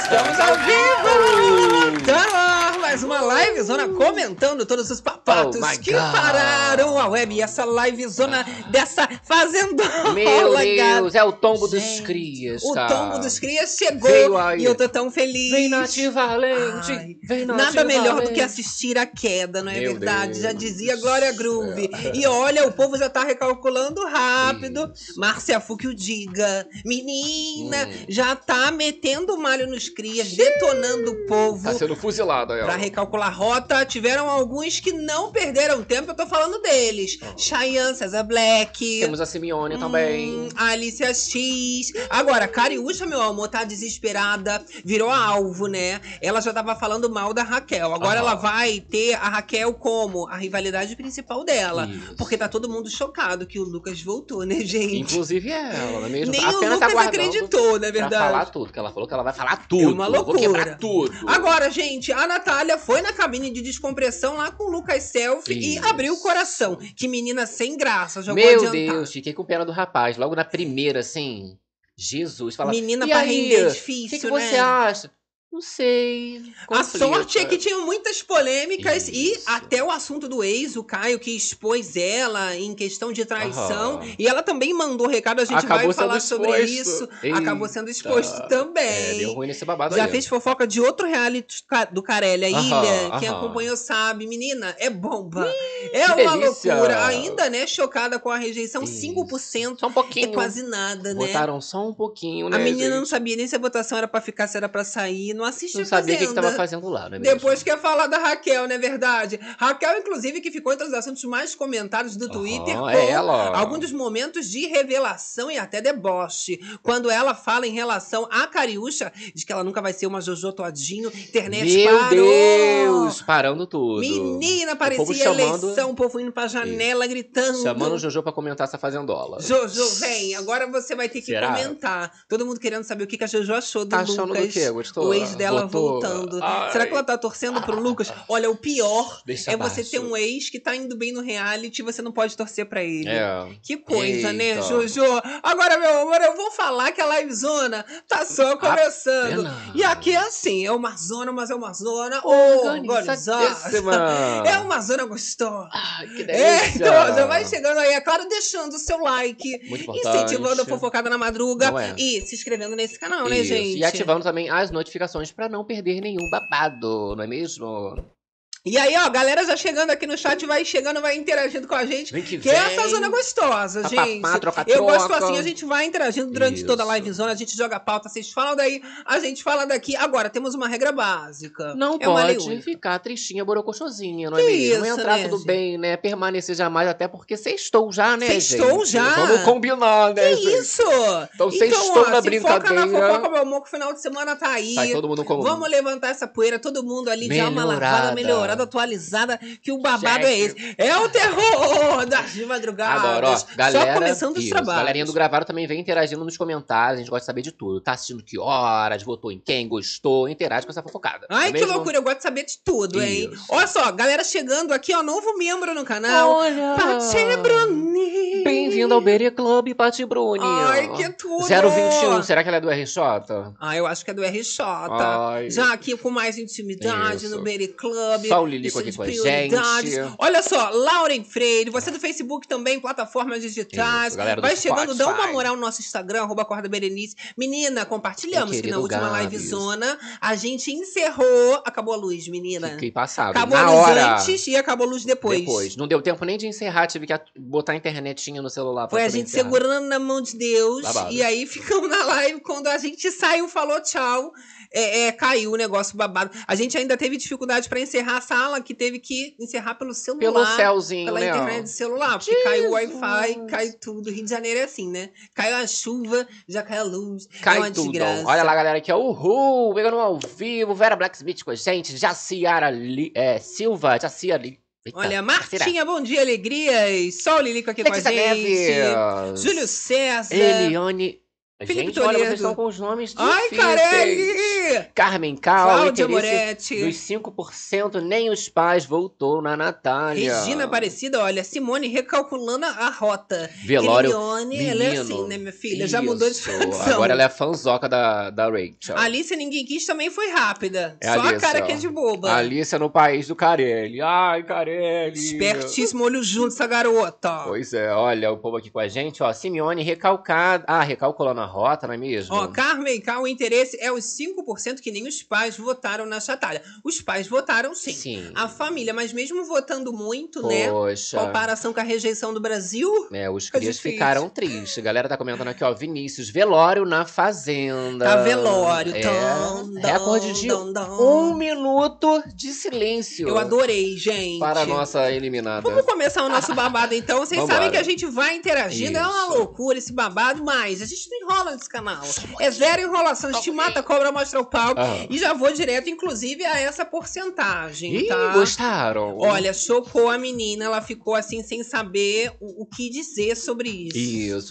Estamos ao vivo! Tá lá, mais uma livezona comentando todos os papatos que pararam a web. E essa livezona dessa fazendola. Meu Deus, é o tombo dos crias, O tá? tombo dos crias chegou e eu tô tão feliz. Vem Nath Valente, vem Nath Nada melhor Valente. do que assistir a queda, não é Meu verdade? Deus. Já dizia Glória Groove. E olha, o povo já tá recalculando rápido. Isso. Márcia Fu que o diga. Menina, já tá metendo malho nos crias, detonando o povo. Tá sendo fuzilado aí, ó. Pra recalcular rota, tiveram alguns que não perderam tempo, eu tô falando deles. Chayanne, César Black. Temos a Simeone também. Alicia X. Agora, Cariúcha, meu amor, tá desesperada. Virou alvo, né? Ela já tava falando mal da Raquel. Agora ela vai ter a Raquel como a rivalidade principal dela. Isso. Porque tá todo mundo chocado que o Lucas voltou, né, gente? Inclusive ela, não é mesmo? Nem A o Pena Lucas tá aguardando acreditou, na pra verdade. falar tudo, que ela falou que ela vai falar tudo. É uma loucura. Vou quebrar tudo. Agora, gente, a Natália foi na cabine de descompressão lá com o Lucas Selfie e Isso. abriu o coração. Que menina sem graça, já vou Meu adiantar. Deus, fiquei com pena do rapaz. Logo na primeira, assim, Jesus. Fala, Menina e pra aí, render é o difícil, que né? você acha? Não sei. A Conflita. sorte é que tinham muitas polêmicas e Isso. até o assunto do ex, o Caio, que expôs ela em questão de traição. Aham. E ela também mandou recado, a gente Acabou vai falar sendo sobre exposto. isso. Acabou sendo exposto também. É, deu ruim nesse babado Já aí. fez fofoca de outro reality do Carelli, a Aham, Ilha. Quem aham. acompanhou sabe. Menina, é bomba. É que uma delícia. loucura. Ainda, né, chocada com a rejeição. Isso. 5% Só um pouquinho. é quase nada, né? Botaram só um pouquinho, né, A menina não gente? sabia nem se a votação era pra ficar, se era pra sair. Não assistiu Não sabia o que Fazenda. tava fazendo lá, né? mesmo? Depois quer falar da Raquel, não é verdade? Raquel, inclusive, que ficou entre os assuntos mais comentados do Twitter com é ela. alguns dos momentos de revelação e até deboche. Quando ela fala em relação a Cariúcha, diz que ela nunca vai ser uma Jojo Todinho, internet Meu parou. Deus, parando tudo. Menina, O povo parecia chamando- eleição, o povo indo pra janela, gritando. Chamando o Jojo pra comentar essa fazendola. Jojo, vem, agora você vai ter que Será? comentar. Todo mundo querendo saber o que a Jojo achou do Tá achando Lucas. do quê? Gostou? O ex dela Votou? voltando. Ai. Será que ela tá torcendo pro Lucas? Olha, o pior Deixa é você abaixo. ter um ex que tá indo bem no reality e você não pode torcer pra ele. É. Que coisa, né, Eita. Jojo? Agora, meu amor, eu vou falar que a livezona tá só começando. Apenas. E aqui é assim, é uma zona, mas é uma zona organizada. Organizadíssima. É uma zona gostosa. Ai, que É, delícia. então, já vai chegando aí, é claro, deixando o seu like, Muito importante. incentivando a fofocada na madruga Não é? e se inscrevendo nesse canal, né, Isso. gente? E ativando também as notificações pra não perder nenhum babado, não é mesmo? E aí, ó, galera já chegando aqui no chat, vai chegando, vai interagindo com a gente. Vem que Que é vem. essa zona gostosa, Papapá, gente. troca-troca. Eu gosto assim, a gente vai interagindo durante toda a Isso. livezona, a gente joga pauta, vocês falam daí, a gente fala daqui. Agora, temos uma regra básica. Não é uma lei pode única. ficar tristinha, borocochosinha, não é Que mesmo? isso, Entrar né, tudo gente? bem, né? Permanecer jamais, até porque sextou já, né, Sextou gente? já? Vamos combinar, né, Que gente? isso? Então, sextou na se foca na brincadeira. fofoca, meu amor, que o final de semana tá aí. Sai todo mundo como... Vamos levantar essa poeira, todo mundo ali de alma lavada, melhorada, atualizada, que o babado é esse. É o terror das madrugadas. Agora, ó, galera, Só começando os isso, trabalhos. galerinha do Gravado também vem interagindo nos comentários, a gente gosta de saber de tudo. Tá assistindo que horas, votou em quem, gostou, interage com essa fofocada. Ai, não é que mesmo? loucura, eu gosto de saber de tudo, hein? Isso. Olha só, galera chegando aqui, ó, novo membro no canal. Olha! Pati Bruni. Bem-vindo ao Berry Club, Pati Bruni. Ai, que tudo. 021, será que ela é do RJ? Ah, eu acho que é do RJ. Ai. Já aqui com mais intimidade Isso. no Berry Club. Só o Lilico aqui de com a prioridades. gente. Olha só, Lauren Freire, você do Facebook também, plataformas digitais. Isso, galera do Vai chegando, dá uma Spotify. moral no nosso Instagram, @Acorda Berenice. Menina, compartilhamos Meu que na querido última Gabs. livezona a gente encerrou. Acabou a luz, menina. Fiquei passado. Acabou Na a luz hora. antes e acabou a luz depois. Não deu tempo nem de encerrar, tive que botar a internetinha no celular. Foi pra a poder gente encerrar. segurando na mão de Deus. Babado. E aí ficamos na live. Quando a gente saiu, falou tchau. Caiu o negócio babado. A gente ainda teve dificuldade pra encerrar a sala, que teve que encerrar pelo celular. Pelo céuzinho, Pela né? ó. internet do celular. Porque caiu o Wi-Fi, cai tudo. Rio de Janeiro é assim, né? Caiu a chuva, já cai a luz. é Cai uma tudo. desgraça. Olha lá, galera, aqui, ó. Uhul! Pegando ao vivo. Vera Blacksmith com a gente. Jaciara Silva. Jaciara. Eita, Olha, Jaciara. Martinha, bom dia, alegrias. Só o Lilico aqui Letícia com a gente. Neves. Júlio César. Eliane. Felipe Gente, olha, Toledo. vocês estão com os nomes difíceis. Ai, Carelli! Carmen Cal, Cláudia interesse Moretti. dos 5%, nem os pais voltou na Natália. Regina Aparecida, olha, Simone recalculando a rota. Velório, Hermione, ela é assim, né, minha filha? Já mudou de isso. tradição. Agora ela é a fanzoca da Rachel. A Alice Ninguém Quis também foi rápida. É Só Alice, a cara ó. que é de boba. Alice é no país do Carelli. Ai, Carelli. Espertíssimo, olho junto essa garota. Pois é, olha o povo aqui com a gente, ó. Simeone recalcada. Ah, recalculando a rota, não é mesmo? Ó, Carmen Cal, o interesse é os 5% que nem os pais votaram na Chatalha. Os pais votaram sim. Sim. A família, mas mesmo votando muito, né? Poxa. Comparação com a rejeição do Brasil. É, os Fica crias difícil. ficaram tristes. A galera tá comentando aqui, ó. Vinícius, velório na fazenda. Tá velório. É, Tam, recorde de dam, dam. 1 minuto de silêncio. Eu adorei, gente. Para a nossa eliminada. Vamos começar o nosso babado, então. Vocês Vambora. sabem que a gente vai interagindo. É uma Isso. loucura esse babado, mas a gente não enrola nesse canal. É zero enrolação. A gente mata a cobra, mostra o pau. Ah. E já vou direto, inclusive, a essa porcentagem, Ih, tá? gostaram? Olha, chocou a menina. Ela ficou assim, sem saber o que dizer sobre isso. Isso,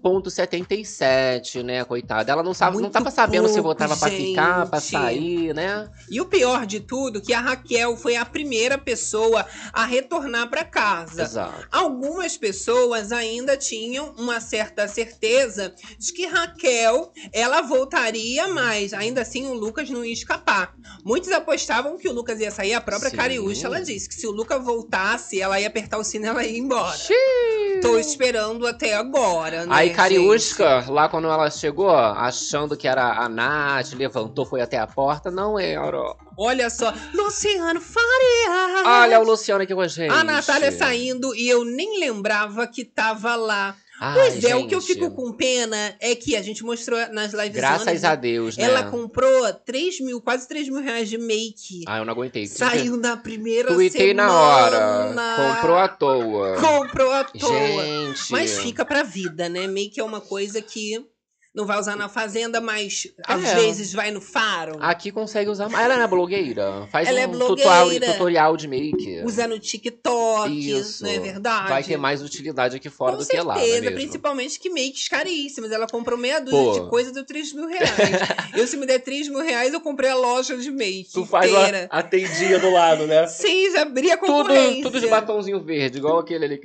5,77, né, coitada. Ela não sabe, não Muito tava sabendo se pouco, votava pra ficar, pra gente. sair, né? E o pior de tudo, que a Raquel foi a primeira pessoa a retornar pra casa. Exato. Algumas pessoas ainda tinham uma certa certeza de que Raquel, ela voltaria, mas ainda assim o Lucas não ia escapar. Muitos apostavam que o Lucas ia sair, a própria Sim. Cariúcha, ela disse que se o Lucas voltasse, ela ia apertar o sino e ela ia embora. Xiii. Tô esperando até agora, né, Aí gente? Cariúsca, lá quando ela chegou, achando que era a Nath, levantou, foi até a porta, não era. Olha só, Luciano Faria. Olha o Luciano aqui com a gente. A Natália saindo e eu nem lembrava que tava lá. Ai, Pois é, o que eu gente, fico com pena é que a gente mostrou nas lives. Graças a Deus, né? Ela comprou 3 mil, quase 3 mil reais de make. Ah, eu não aguentei. Saiu na primeira Tuitei semana. na hora. Comprou à toa. Comprou à toa. Gente. Mas fica pra vida, né? Make é uma coisa que não vai usar na fazenda, mas às É. vezes vai no faro. Aqui consegue usar. Ela não é blogueira? Faz Ela é um blogueira. tutorial de make. Usa no TikTok, Isso. não é verdade? Vai ter mais utilidade aqui fora Com do que lá, não é certeza, mesmo? principalmente que makes caríssimas. Ela comprou meia dúzia Pô. de coisa, deu 3 mil reais. Eu, se me der 3 mil reais, eu comprei a loja de make Tu faz inteira. a tendinha do lado, né? Sim, já abri a concorrência. Tudo de batonzinho verde, igual aquele ali.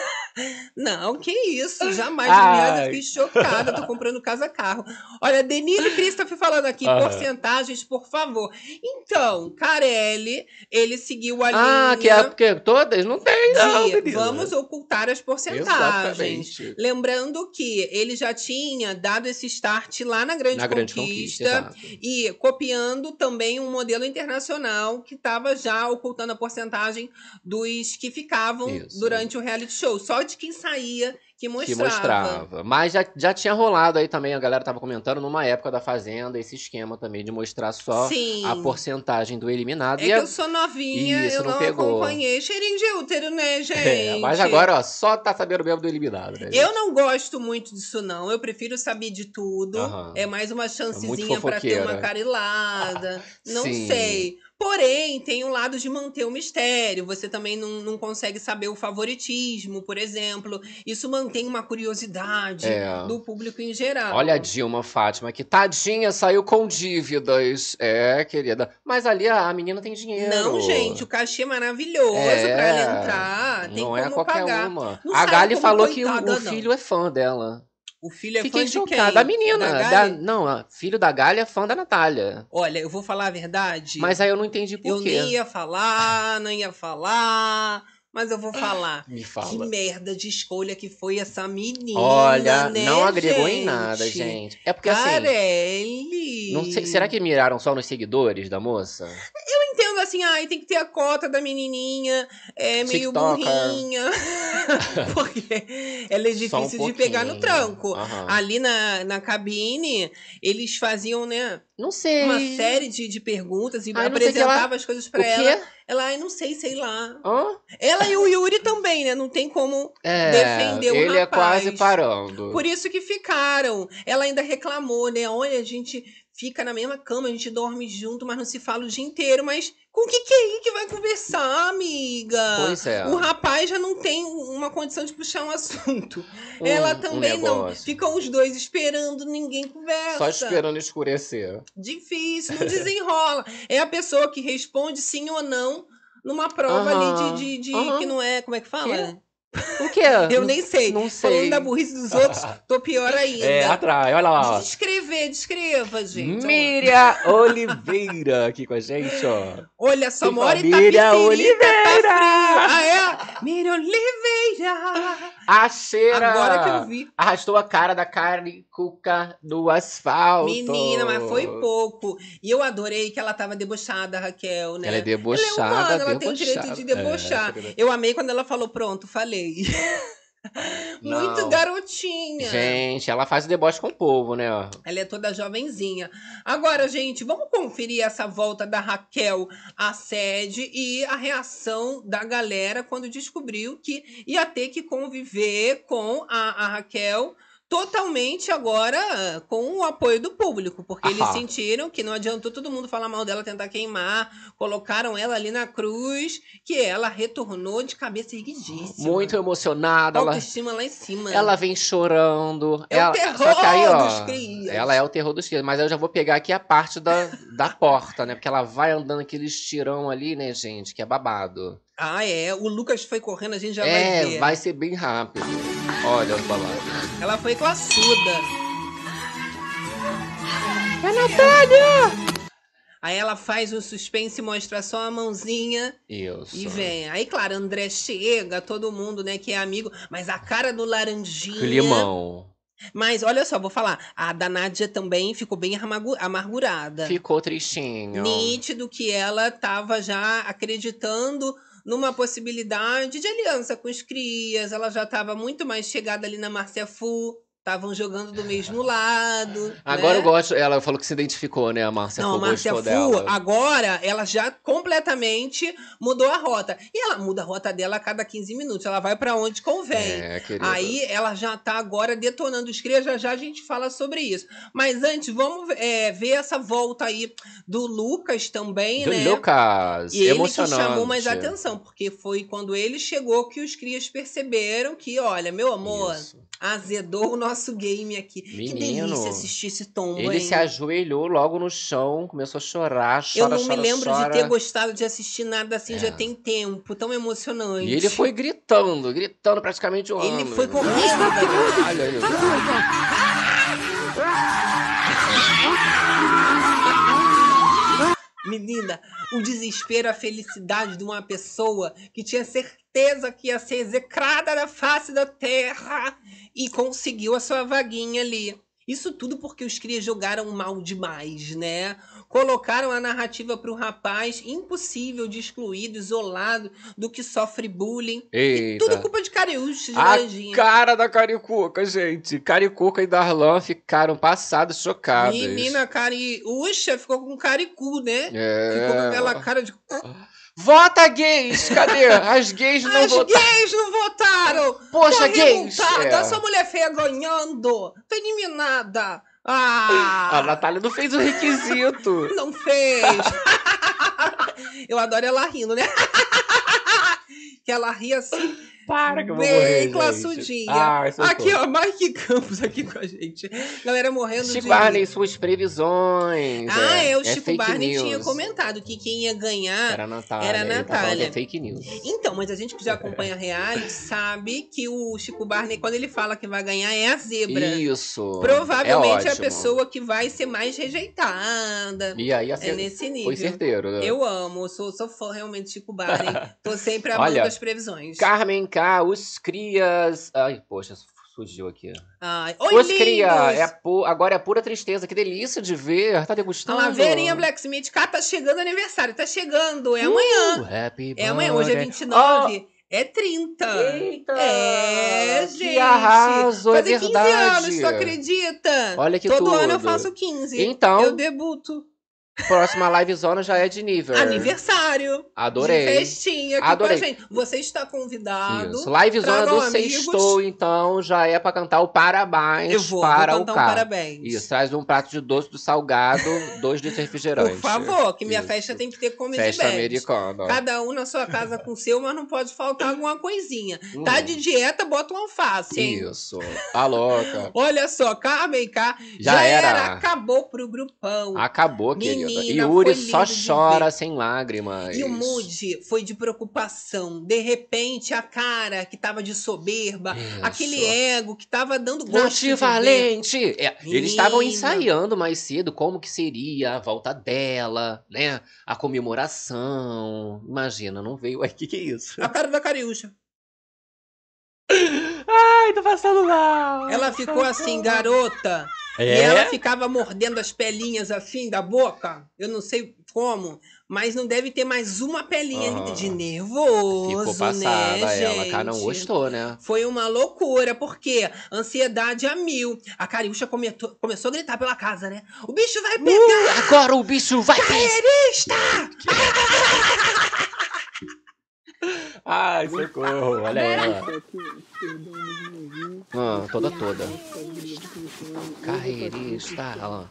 Não, que isso, jamais. Ai. Viada, fiquei chocada, tô comprando casa-carro. Olha, Denise Christopher falando aqui, Aham. porcentagens, por favor. Então, Carelli, ele seguiu a Ah, linha que é porque todas? Não tem, não, de menina. vamos ocultar as porcentagens. Exatamente. Lembrando que ele já tinha dado esse start lá na Grande Na Grande Conquista. Conquista, exato. E copiando também um modelo internacional que estava já ocultando a porcentagem dos que ficavam Isso. durante o reality show. Só de quem saía que Que mostrava. mostrava. Mas já tinha rolado aí também, a galera tava comentando, numa época da Fazenda, esse esquema também de mostrar só Sim. a porcentagem do eliminado. É E que eu sou novinha, Isso, eu não não pegou. acompanhei. Cheirinho de útero, né, gente? É, mas agora, ó, só tá sabendo mesmo do eliminado, né? Eu não gosto muito disso, não. Eu prefiro saber de tudo. Aham. É mais uma Muito chancezinha pra ter fofoqueira. uma carilada. Não Sim. sei. Porém, tem o lado de manter o mistério. Você também não consegue saber o favoritismo, por exemplo. Isso mantém uma curiosidade É. do público em geral. Olha a Dilma Fátima, que tadinha, saiu com dívidas. É, querida. Mas ali a menina tem dinheiro. Não, gente, o cachê é maravilhoso É, pra ela entrar. Tem não como é qualquer pagar. uma. Não A saiu Gali como falou que coitada, o não. filho é fã dela. O filho é Fiquei fã de chocada. quem? Da menina. Da Gali? Não, filho da Gali é fã da Natália. Olha, eu vou falar a verdade. Mas aí eu não entendi por Eu quê. nem ia falar, não ia falar, mas eu vou falar. Me Que fala. merda de escolha que foi essa menina, Olha, né, não agregou gente? em nada, gente. É porque assim, Carelli. não sei, será que miraram só nos seguidores da moça? Eu entendo assim, ai, tem que ter a cota da menininha, é meio TikToker. burrinha. Porque ela é Só um difícil de pegar no pouquinho. tranco. Aham. Ali na cabine, eles faziam, né, Não sei. uma série de perguntas e Ai, não sei o que ela- apresentavam as coisas O pra ela. quê? Ela, ai, não sei lá. Hã? Ela e o Yuri também, né? Não tem como É, defender o ele é rapaz. quase parando. Por isso que ficaram. Ela ainda reclamou, né? Olha, a gente fica na mesma cama, a gente dorme junto, mas não se fala o dia inteiro. Mas com que é ele que vai conversar, amiga? Pois é. O rapaz já não tem uma condição de puxar um assunto. Um- Ela um também não. negócio. Ficam os dois esperando, ninguém conversa. Só esperando escurecer. Difícil, não desenrola. É a pessoa que responde sim ou não numa prova Aham, ali de que aham. não é. Como é que fala? O quê? Eu nem sei. Não Falando sei. da burrice dos outros, tô pior ainda. É, atrás, olha lá, ó. Descreva, gente. Miriam Oliveira aqui com a gente, ó. Olha só, Tem mora em família Itapecerica, Oliveira! tá frio. Ah, é? Miriam Oliveira. A cheira Agora que eu vi. arrastou a cara da carne cuca no asfalto. Menina, mas foi pouco. E eu adorei que ela tava debochada, a Raquel, né? Ela é debochada, Ela é humana, ela tem o debochada. direito de debochar. É, Eu amei quando ela falou, pronto, falei. Muito Não. garotinha. Gente, ela faz o deboche com o povo, né? Ó. Ela é toda jovenzinha. Agora, gente, vamos conferir essa volta da Raquel à sede e a reação da galera quando descobriu que ia ter que conviver com a Raquel totalmente agora com o apoio do público, porque eles Aham. sentiram que não adiantou todo mundo falar mal dela, tentar queimar, colocaram ela ali na cruz, que ela retornou de cabeça erguidíssima. Muito emocionada. Autoestima lá em cima. Ela vem chorando. É o terror Só que aí, ó, dos crias. ela é o terror dos crias. Mas eu já vou pegar aqui a parte da porta, né? Porque ela vai andando aquele estirão ali, né, gente? Que é babado. Ah, é. O Lucas foi correndo, a gente já vai ver. Vai ser bem rápido. Olha os balados. Ela foi classuda. É Natália! Aí ela faz um suspense e mostra só a mãozinha Isso. e vem. Aí, claro, André chega, todo mundo, né, que é amigo. Mas a cara do Laranjinha... Limão. Mas, olha só, vou falar. A da Nádia também ficou bem amargurada. Ficou tristinho. Nítido que ela tava já acreditando numa possibilidade de aliança com os crias. Ela já estava muito mais chegada ali na Márcia Fu. Estavam jogando do mesmo lado. Agora né? eu gosto. Ela falou que se identificou, né? A Márcia Não, a Fu Márcia gostou Fu, dela. agora, ela já completamente mudou a rota. E ela muda a rota dela a cada 15 minutos. Ela vai pra onde convém. É, querida. Aí ela já tá agora detonando os crias. Já já a gente fala sobre isso. Mas antes, vamos ver essa volta aí do Lucas também, Do né? Lucas. E ele que emocionante. chamou mais atenção, porque foi quando ele chegou que os crias perceberam que, olha, meu amor, Isso. azedou o nosso game aqui. Que Menino, delícia assistir esse tombo, Ele hein? se ajoelhou logo no chão, começou a chorar, Eu chora, não me chora, lembro chora. de ter gostado de assistir nada assim, É. já tem tempo, tão emocionante. E ele foi gritando praticamente o Ele ano. foi correndo, garoto. Olha aí. Menina, o desespero, a felicidade de uma pessoa que tinha certeza que ia ser execrada da face da terra e conseguiu a sua vaguinha ali. Isso tudo porque os crias jogaram mal demais, né? Colocaram a narrativa para o rapaz impossível de excluído, isolado, do que sofre bullying. E tudo Eita. culpa de Cariúcha, de A Laranjinha. cara da Caricuca, gente. Caricuca e Darlan ficaram passados, chocados. Menina, Cariúcha ficou com caricu, né? Ficou com É. aquela cara de... Vota gays! Cadê? As gays não As votaram. gays não votaram! Poxa, Tô gays! revoltada, É. essa mulher feia ganhando! Tô eliminada! A Ah! Natália não fez o requisito. Não fez! Eu adoro ela rindo, né? Que ela ri assim, Para que eu vou morrer, bem gente. classudinha. Ai, socorro. Aqui, ó, Mike Campos aqui com a gente. Galera morrendo Chico de... Barney, suas previsões. o Chico fake Barney news. tinha comentado que quem ia ganhar Era a Natália. era a Ele tá falando Natália. que é fake news. Então, mas a gente que já acompanha a reality sabe que o Chico Barney, quando ele fala que vai ganhar, é a zebra. Isso. Provavelmente é a ótimo. pessoa que vai ser mais rejeitada. E aí, É nesse nível. foi certeiro. Né? Eu amo, sou fã realmente de Chico Barney. Tô sempre amando Olha, as previsões. Carmen K, os crias... Ai, poxa, fugiu aqui. Ai, oi, Os lindos! cria, agora é pura tristeza. Que delícia de ver. Tá degustando. A Laveirinha Blacksmith, cá, tá chegando o aniversário. Tá chegando, é amanhã. Happy É amanhã, hoje é birthday. 29. É 30. Eita! É, Que gente. arraso, é Fazer 15 verdade. anos, tu acredita? Olha que Todo ano eu tudo. faço 15. Então- Eu debuto. Próxima livezona já é de nível. Aniversário. Adorei. De festinha aqui Adorei. com a gente. Você está convidado. Isso. Livezona Tragam do amigos. Sextou, então, já é pra cantar o parabéns Eu vou para cantar o um K. parabéns. Isso, traz um prato de doce do salgado, 2 litros de refrigerante. Por favor, que minha Isso. festa tem que ter comida Festa e bebes. americana. Cada um na sua casa com o seu, mas não pode faltar alguma coisinha. Hum. Tá de dieta, bota um alface, hein? Isso. Tá louca. Olha só, Carmen K. Já era. Acabou pro grupão. Acabou, querida. Menina, Yuri foi só lindo de chora ver. sem lágrimas. E o mood foi de preocupação. De repente, a cara que tava de soberba, Isso. aquele ego que tava dando gosto de ver. Multivalente! Eles estavam Menina. ensaiando mais cedo como que seria a volta dela, né? A comemoração. Imagina, não veio. Ai, que é isso? A cara da Cariúcha. Ai, tô passando mal. Ela ficou assim, garota. E É? ela ficava mordendo as pelinhas assim da boca. Eu não sei como, mas não deve ter mais uma pelinha Aham. de nervoso, Ficou passada né, ela, gente? cara, não gostou, né? Foi uma loucura, porque ansiedade a mil. A Cariúcha começou a gritar pela casa, né? O bicho vai pegar! Agora o bicho vai Carreirista! Ai, socorro, olha ela. Toda. Carreirista, ó.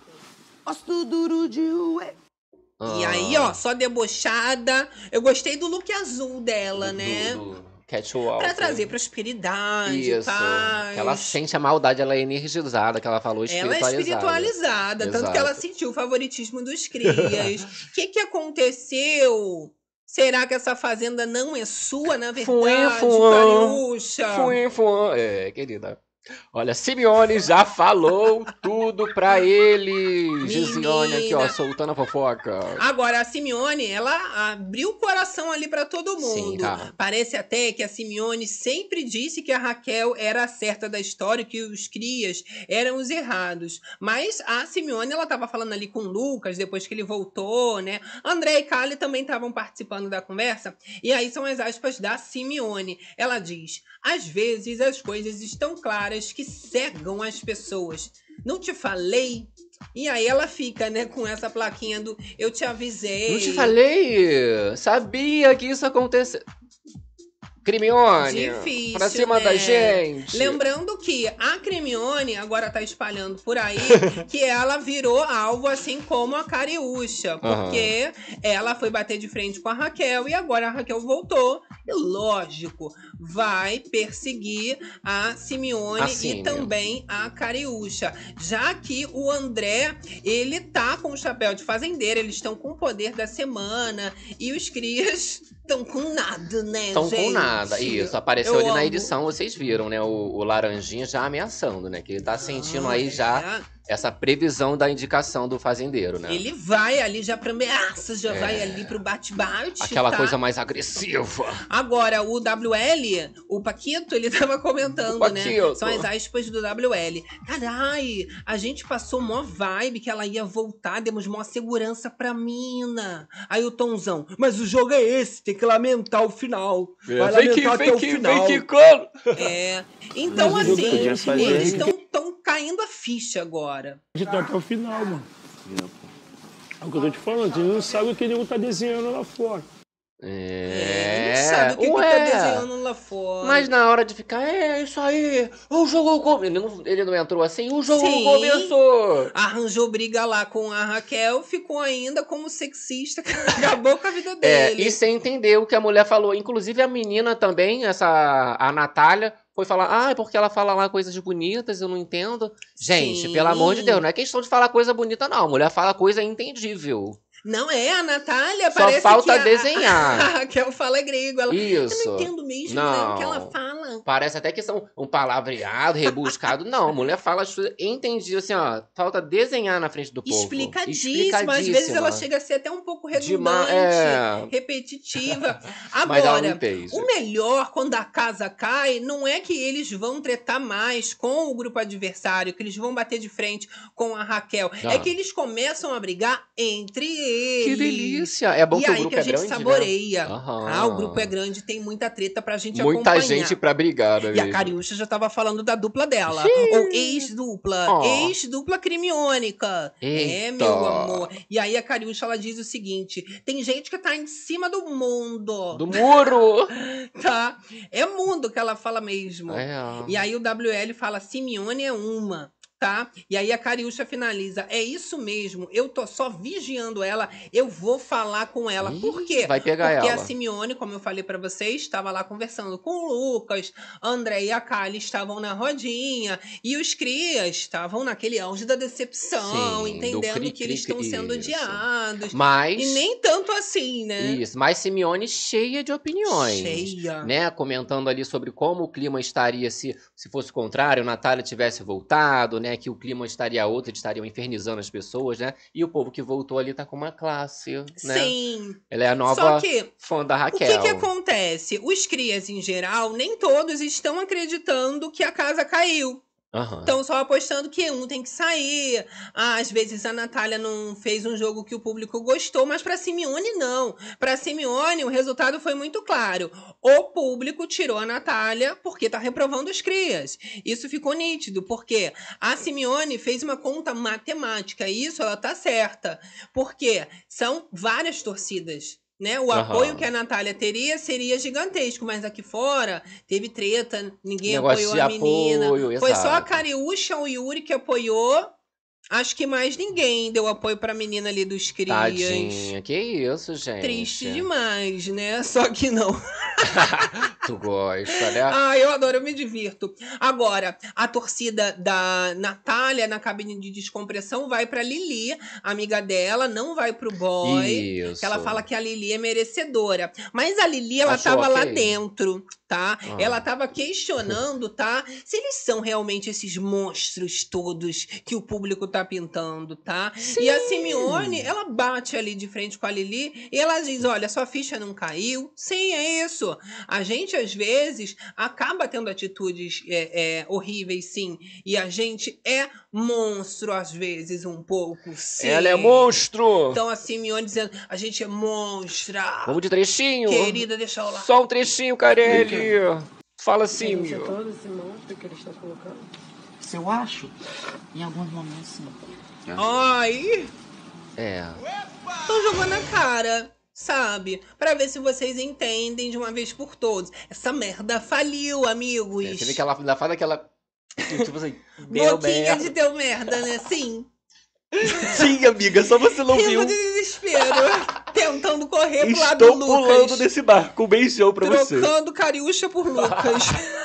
E aí, ó, só debochada. Eu gostei do look azul dela, né? Do Catwalk. Pra trazer prosperidade, Isso. paz. Que ela sente a maldade, ela é energizada, que ela falou Ela é espiritualizada. espiritualizada, tanto Exato. que ela sentiu o favoritismo dos crias. O que aconteceu? Será que essa fazenda não é sua, na verdade, Cariúcha? É, querida. Olha, Simeone já falou tudo pra ele. Gisiane aqui, ó, Menina. soltando a fofoca. Agora, a Simeone, ela abriu o coração ali pra todo mundo. Sim, cara. Parece até que a Simeone sempre disse que a Raquel era a certa da história, que os crias eram os errados. Mas a Simeone, ela tava falando ali com o Lucas, depois que ele voltou, né? André e Kali também estavam participando da conversa. E aí são as aspas da Simeone. Ela diz: às vezes as coisas estão claras que cegam as pessoas. Não te falei? E aí ela fica, né, com essa plaquinha do eu te avisei. Não te falei? Sabia que isso aconteceu. Crimione, Difícil, pra cima né? da gente. Lembrando que a Cremione agora tá espalhando por aí que ela virou alvo assim como a Cariúcha, porque ela foi bater de frente com a Raquel e agora a Raquel voltou e, lógico, vai perseguir a Simeone e também a Cariúcha, já que o André, ele tá com o chapéu de fazendeiro, eles estão com o poder da semana e os crias estão com nada, né, Estão gente? com nada, isso. Apareceu Eu ali na amo. edição, vocês viram, né? O Laranjinha já ameaçando, né? Que ele tá sentindo aí já essa previsão da indicação do fazendeiro, né? Ele vai ali já pra ameaça, já vai ali pro bate-bate. Aquela tá? coisa mais agressiva. Agora, o WL, o Paquito, ele tava comentando, né? Paquito. São as aspas do WL. Carai, a gente passou mó vibe que ela ia voltar, demos mó segurança pra mina. Aí o Tonzão, mas o jogo é esse, tem que lamentar o final. Vai lamentar até o final. Vem que quando? É. Então, Mas o jogo assim, podia fazer. eles estão caindo a ficha agora. A gente tá até o final, mano. É o que eu tô te falando, a gente não sabe o que ele tá desenhando lá fora. Não sabe o que tá desenhando lá fora. Mas na hora de ficar, isso aí, o jogo começou. Ele não entrou assim, o jogo Sim. começou. Arranjou briga lá com a Raquel, ficou ainda como sexista, que acabou com a vida dele. E sem entender o que a mulher falou. Inclusive a menina também, a Natália, foi falar, porque ela fala lá coisas bonitas, eu não entendo. Gente, Sim. pelo amor de Deus, não é questão de falar coisa bonita, não. A mulher fala coisa entendível. Não é, a Natália Só parece falta que desenhar. A Raquel fala grego. Ela, Isso. eu não entendo mesmo não, o que ela fala. Parece até que são um palavreado, rebuscado. Não, a mulher fala as coisas entendível, assim, ó. Falta desenhar na frente do povo. Explicadíssima. Às vezes ela chega a ser até um pouco redundante, repetitiva. Mas ela Agora, não fez. o melhor quando a casa cai não é que eles vão tretar mais com o grupo adversário, que eles vão bater de frente com a Raquel. É que eles começam a brigar entre eles. Que delícia! É bom e que o aí grupo que a gente grande, saboreia. né? O grupo é grande, tem muita treta pra gente muita acompanhar. gente pra brigada E a mesmo. Cariúcha já tava falando da dupla dela. Xiii. Ou ex-dupla. Ó. Ex-dupla crimiônica. É, Eita. meu amor. E aí a Cariúcha, ela diz o seguinte. Tem gente que tá em cima do mundo. Do muro! Tá? É mundo que ela fala mesmo. É. E aí o WL fala, Simeone é uma. Tá? E aí a Cariúcha finaliza, é isso mesmo, eu tô só vigiando ela, eu vou falar com ela. Ih, Por quê? vai pegar Porque ela. a Simeone, como eu falei pra vocês, estava lá conversando com o Lucas, André e a Kali estavam na rodinha, e os crias estavam naquele auge da decepção, Sim, do entendendo que eles estão sendo isso. odiados. Mas... E nem tanto assim, né? Isso, mas Simeone cheia de opiniões. Cheia. Né? Comentando ali sobre como o clima estaria se fosse o contrário, Natália tivesse voltado, né? Que o clima estaria outro, eles estariam infernizando as pessoas, né? E o povo que voltou ali tá com uma classe, né? Sim. Ela é a nova Só que fã da o Raquel. que acontece? Os crias, em geral, nem todos estão acreditando que a casa caiu. Aham. Estão só apostando que um tem que sair. Ah, às vezes a Natália não fez um jogo que o público gostou, mas para Simeone não. Para Simeone o resultado foi muito claro. O público tirou a Natália porque tá reprovando os crias. Isso ficou nítido, porque a Simeone fez uma conta matemática e isso ela tá certa. Porque são várias torcidas. Né? O apoio que a Natália teria seria gigantesco, mas aqui fora teve treta, ninguém Negócio apoiou de a menina. apoio, Foi só a exato. Cariúcha, o Yuri que apoiou. Acho que mais ninguém deu apoio pra menina ali dos crias. Tadinha, que isso, gente. Triste demais, né? Só que não. Tu gosta, né? Ah, eu adoro, eu me divirto. Agora, a torcida da Natália na cabine de descompressão vai pra Lili, amiga dela, não vai pro boy. Isso. Que ela fala que a Lili é merecedora. Mas a Lili, ela Achou tava lá ok? dentro, tá? Ah. Ela tava questionando, tá? Se eles são realmente esses monstros todos que o público tá pintando, tá? Sim. E a Simeone, ela bate ali de frente com a Lili e ela diz, olha, sua ficha não caiu. Sim, é isso. A gente, às vezes, acaba tendo atitudes horríveis, sim. E a gente é monstro, às vezes, um pouco, sim. Ela é monstro! Então a Simeone dizendo, a gente é monstra. Vamos de trechinho? Querida, deixa eu lá. Só um trechinho, Carelli. Fala assim, Você meu. todo esse monstro que eles estão colocando? Se eu acho, em alguns momentos sim. Ai, É. estão jogando a cara, sabe? Pra ver se vocês entendem de uma vez por todas. Essa merda faliu, amigos. Você vê que ela ainda faz aquela. Tipo assim, deu Boquinha merda. de teu merda, né? Sim. Sim, amiga, só você não viu. Rindo de desespero. Tentando correr pro lado Estou do pulando Lucas. desse barco. Um beijão pra você. Trocando Cariúcha por Lucas.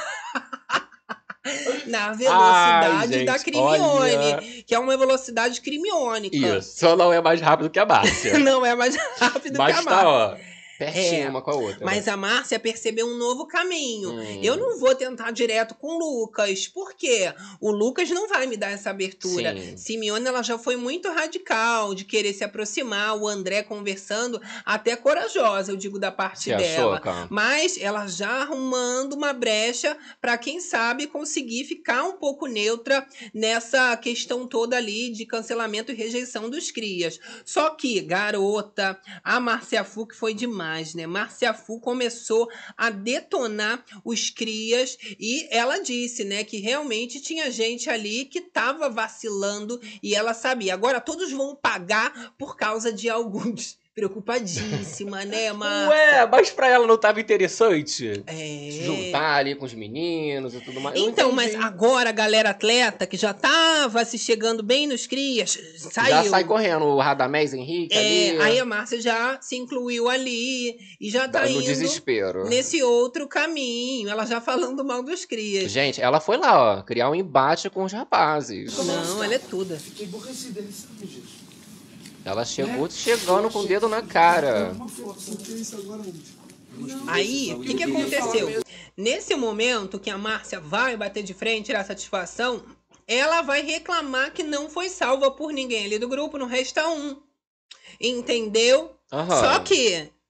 Na velocidade Ai, da gente, Crimione. olha. Que é uma velocidade crimiônica. Isso, só não é mais rápido que a Márcia. Não é mais rápido Mas que a tá, Márcia. ó, pertinho uma com a outra. Mas a Márcia percebeu um novo caminho. Eu não vou tentar direto com o Lucas. Por quê? O Lucas não vai me dar essa abertura. Sim. Simeone, ela já foi muito radical de querer se aproximar. O André conversando, até corajosa, eu digo, da parte Você dela. achou, cara? Mas ela já arrumando uma brecha para quem sabe conseguir ficar um pouco neutra nessa questão toda ali de cancelamento e rejeição dos crias. Só que, garota, a Márcia Fu que foi demais, né? Márcia Fu começou a detonar os crias e ela disse, né, que realmente tinha gente ali que tava vacilando e ela sabia. Agora todos vão pagar por causa de alguns. Preocupadíssima, né, Márcia? Ué, mas pra ela não tava interessante? É. Se juntar ali com os meninos e tudo mais. Eu Então, entendi. mas agora a galera atleta que já tava se chegando bem nos crias, saiu. Já sai correndo o Radamés Henrique ali. Aí a Márcia já se incluiu ali e já tá no indo desespero. nesse outro caminho. Ela já falando mal dos crias. Gente, ela foi lá, ó, criar um embate com os rapazes. Não, ela é tudo. Fiquei aborrecida, ele sabe disso. Ela chegou chegando com o dedo na cara. Uma foto, você fez isso agora onde? Aí, o que aconteceu? Nesse momento que a Márcia vai bater de frente, tirar satisfação, ela vai reclamar que não foi salva por ninguém ali do grupo, não resta um. Entendeu? Aham. Só que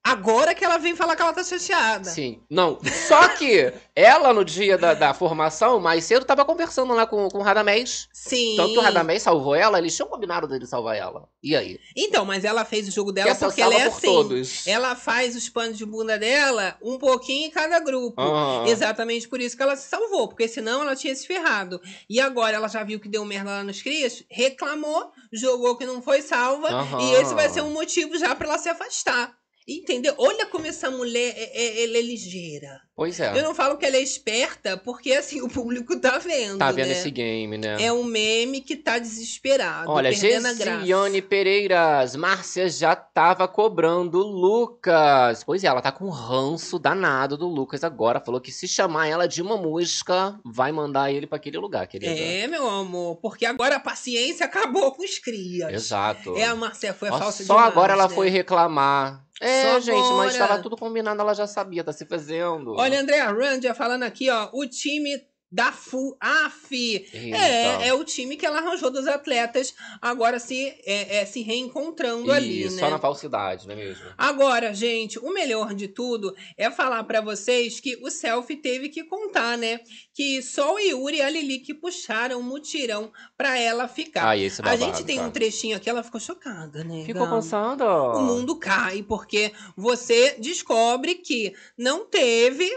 Agora que ela vem falar que ela tá chateada. Sim. Não, só que ela, no dia da formação, mais cedo, tava conversando lá com o Radamés. Sim. Tanto que o Radamés salvou ela, eles tinham combinado dele salvar ela. E aí? Então, mas ela fez o jogo dela Essa porque ela é salva por assim. todos. Ela faz os panos de bunda dela um pouquinho em cada grupo. Aham. Exatamente por isso que ela se salvou, porque senão ela tinha se ferrado. E agora ela já viu que deu merda lá nos crias, reclamou, jogou que não foi salva, Aham. e esse vai ser um motivo já pra ela se afastar. Entendeu? Olha como essa mulher ela é ligeira. Pois é. Eu não falo que ela é esperta, porque assim, o público tá vendo, Tá vendo né? esse game, né? É um meme que tá desesperado, Olha, perdendo a graça. Gesiane Pereiras, Márcia já tava cobrando o Lucas. Pois é, ela tá com um ranço danado do Lucas agora. Falou que se chamar ela de uma música, vai mandar ele pra aquele lugar, querida. É, meu amor, porque agora a paciência acabou com os crias. Exato. É, a Marcia foi Ó, falsa só demais, agora ela né? foi reclamar. É, Só gente, mas agora. tava tudo combinado, ela já sabia, tá se fazendo. Olha, Andréa Randia falando aqui, ó, o time da FUAF. Eita. É o time que ela arranjou dos atletas agora se reencontrando ali, né? Só na falsidade, não é mesmo? Agora, gente, o melhor de tudo é falar pra vocês que o Selfie teve que contar, né? Que só o Yuri e a Lili que puxaram o mutirão pra ela ficar. Ai, esse A babado, gente tem tá? um trechinho aqui, ela ficou chocada, né? Ficou Gal? pensando. O mundo cai, porque você descobre que não teve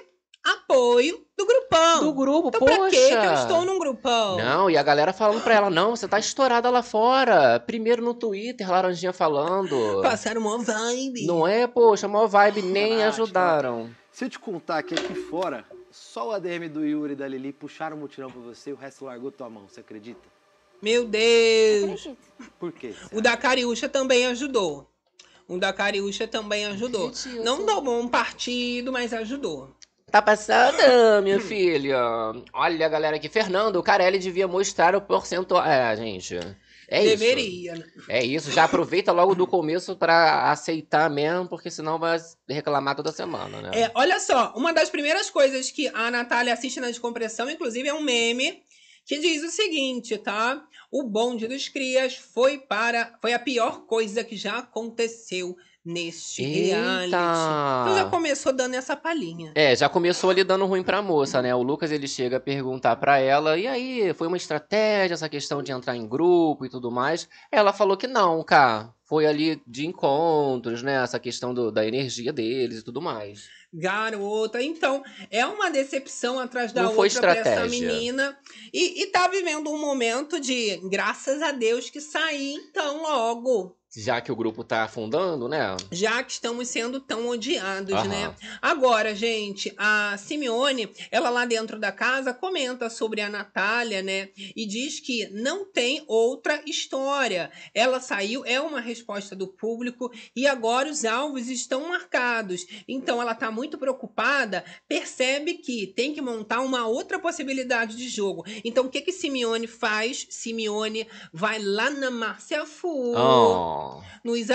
apoio do grupão. Do grupo, Então, poxa. pra quê que eu estou num grupão? Não, e a galera falando pra ela, não, você tá estourada lá fora. Primeiro no Twitter, Laranjinha falando. Passaram uma vibe. Não é, poxa, maior vibe, nem Caraca, ajudaram. Se eu te contar que aqui fora, só o ADM do Yuri e da Lili puxaram o mutirão pra você e o resto largou tua mão, você acredita? Meu Deus. Acredito. Por quê? O da Cariúcha também ajudou. O da Cariúcha também ajudou. Acredito. Não tomou um partido, mas ajudou. Tá passando, minha filha? Olha a galera aqui. Fernando, o Carelli devia mostrar o percentual. É, gente. É isso. Deveria, né? É isso. Já aproveita logo do começo pra aceitar mesmo, porque senão vai reclamar toda semana, né? É, olha só, uma das primeiras coisas que a Natália assiste na Descompressão, inclusive, é um meme que diz o seguinte, tá? O bonde dos crias foi a pior coisa que já aconteceu neste reality. Então já começou dando essa palhinha. É, já começou ali dando ruim pra moça, né? O Lucas, ele chega a perguntar pra ela, e aí, foi uma estratégia essa questão de entrar em grupo e tudo mais? Ela falou que não, cara. Foi ali de encontros, né? Essa questão da energia deles e tudo mais. Garota, então, é uma decepção atrás da Não foi outra pra essa estratégia. menina. E tá vivendo um momento de, graças a Deus, que saí então logo. Já que o grupo tá afundando, né? Já que estamos sendo tão odiados, Aham. né? Agora, gente, a Simeone, ela lá dentro da casa comenta sobre a Natália, né? E diz que não tem outra história. Ela saiu, é uma resposta do público e agora os alvos estão marcados. Então ela tá muito preocupada, percebe que tem que montar uma outra possibilidade de jogo. Então o que que Simeone faz? Simeone vai lá na Márcia Fu. Oh. Nos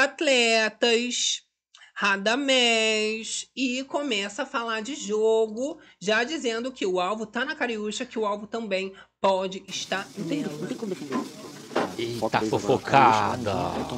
atletas, Radamés, e começa a falar de jogo, já dizendo que o alvo tá na Cariúcha, que o alvo também pode estar nela. Não tem como defender. Eita, fofocada.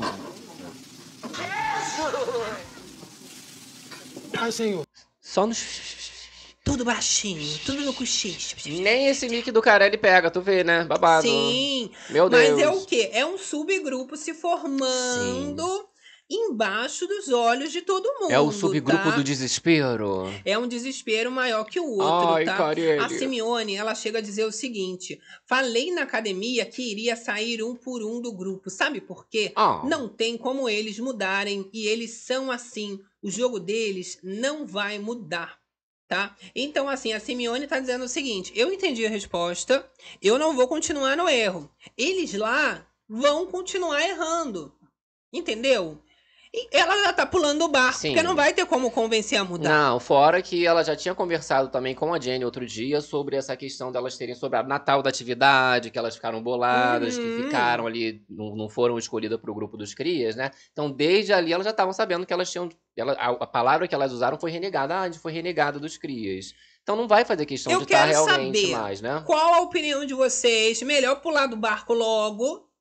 Ai, senhor. Só nos... Tudo baixinho, tudo no cochicho. Nem esse mic do Carelli pega, tu vê, né? Babado. Sim, Meu Deus. mas é o quê? É um subgrupo se formando embaixo dos olhos de todo mundo. É o subgrupo tá? do desespero. É um desespero maior que o outro, Ai, tá? Carelli. A Simeone, ela chega a dizer o seguinte: falei na academia que iria sair um por um do grupo. Sabe por quê? Ah. Não tem como eles mudarem e eles são assim. O jogo deles não vai mudar. Tá? Então, assim, a Simeone tá dizendo o seguinte: eu entendi a resposta, eu não vou continuar no erro. Eles lá vão continuar errando. Entendeu? E ela já tá pulando o barco, Sim. porque não vai ter como convencer a mudar. Não, fora que ela já tinha conversado também com a Jenny outro dia sobre essa questão delas terem sobre a Natal da atividade, que elas ficaram boladas, que ficaram ali, não foram escolhidas pro grupo dos crias, né? Então, desde ali, elas já estavam sabendo que elas tinham... a palavra que elas usaram foi renegada. Ah, a gente foi renegada dos crias. Então, não vai fazer questão Eu de estar quero realmente saber mais, né? qual a opinião de vocês. Melhor pular do barco logo,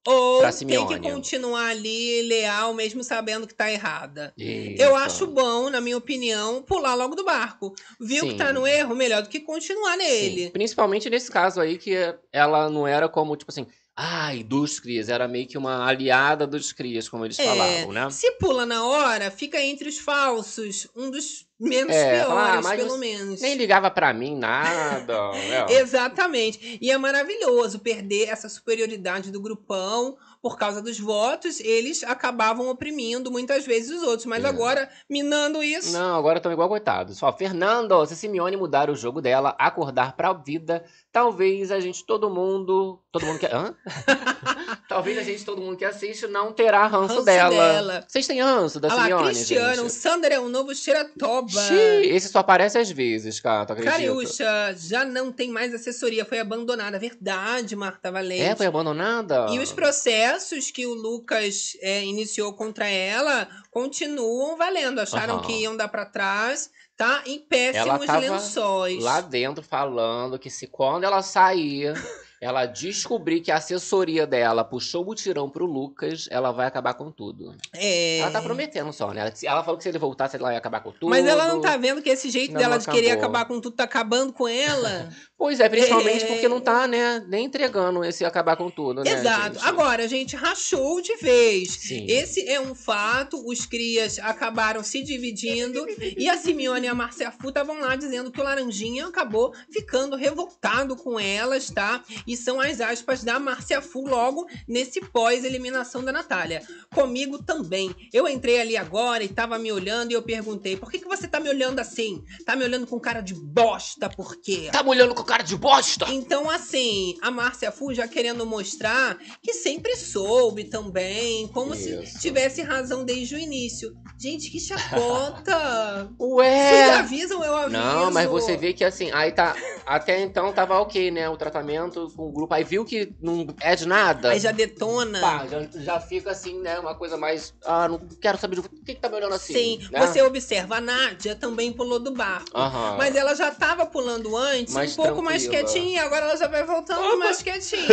Ou Pra tem que Simeone. continuar ali leal, mesmo sabendo que tá errada. Isso. Eu acho bom, na minha opinião, pular logo do barco. Viu que tá Sim. no erro, melhor do que continuar Sim. nele. Principalmente nesse caso aí, que ela não era como, tipo assim, ai, dos crias, era meio que uma aliada dos crias, como eles falavam, né? Se pula na hora, fica entre os falsos. Um dos menos Falar, piores, mas pelo você menos. nem ligava pra mim nada, né? Exatamente. E é maravilhoso perder essa superioridade do grupão por causa dos votos. Eles acabavam oprimindo muitas vezes os outros. Mas É. agora, minando isso. Não, agora estão igual coitados. Só, Fernando, se Simeone mudar o jogo dela, acordar pra vida, talvez a gente, todo mundo que... Hã? Talvez a gente, todo mundo que assiste, não terá ranço dela. Vocês têm ranço da Olha lá, Simeone, Cristiano, o gente? Sander é um novo Xeratoba. Xiii, esse só aparece às vezes, cara, tu acredita? Cariúcha já não tem mais assessoria, foi abandonada. Verdade, Marta Valente. Foi abandonada? E os processos que o Lucas iniciou contra ela continuam valendo. Acharam Aham. que iam dar pra trás, tá? Em Ela péssimos tava lençóis. lá dentro falando que se quando ela sair, ela descobrir que a assessoria dela puxou o mutirão pro Lucas, ela vai acabar com tudo. Ela tá prometendo só, né? Ela falou que se ele voltasse, ela ia acabar com tudo. Mas ela não tá vendo que esse jeito Ainda dela não de querer acabou. acabar com tudo tá acabando com ela? Pois é, principalmente porque não tá, né, nem entregando esse acabar com tudo, né, Exato. gente? Agora, a gente rachou de vez. Sim. Esse é um fato. Os crias acabaram se dividindo. E a Simeone e a Márcia Fu estavam lá dizendo que o Laranjinha acabou ficando revoltado com elas, tá? E são as aspas da Márcia Fu logo nesse pós-eliminação da Natália. Comigo também. Eu entrei ali agora e tava me olhando e eu perguntei: por que você tá me olhando assim? Tá me olhando com cara de bosta, por quê? Tá me olhando com cara de bosta? Então, assim, a Márcia Fu já querendo mostrar que sempre soube também, como se Isso. tivesse razão desde o início. Gente, que chacota! Ué! Vocês avisam, eu aviso. Não, mas você vê que assim, aí tá. Até então tava ok, né? O tratamento com o grupo. Aí viu que não é de nada. Aí já detona. Pá, já fica assim, né? Uma coisa mais. Ah, não quero saber por que tá me olhando assim. Sim, né? você observa, a Nádia também pulou do barco. Aham. Mas ela já tava pulando antes, Mais um pouco mais tranquila. quietinha, agora ela já vai voltando mais quietinha.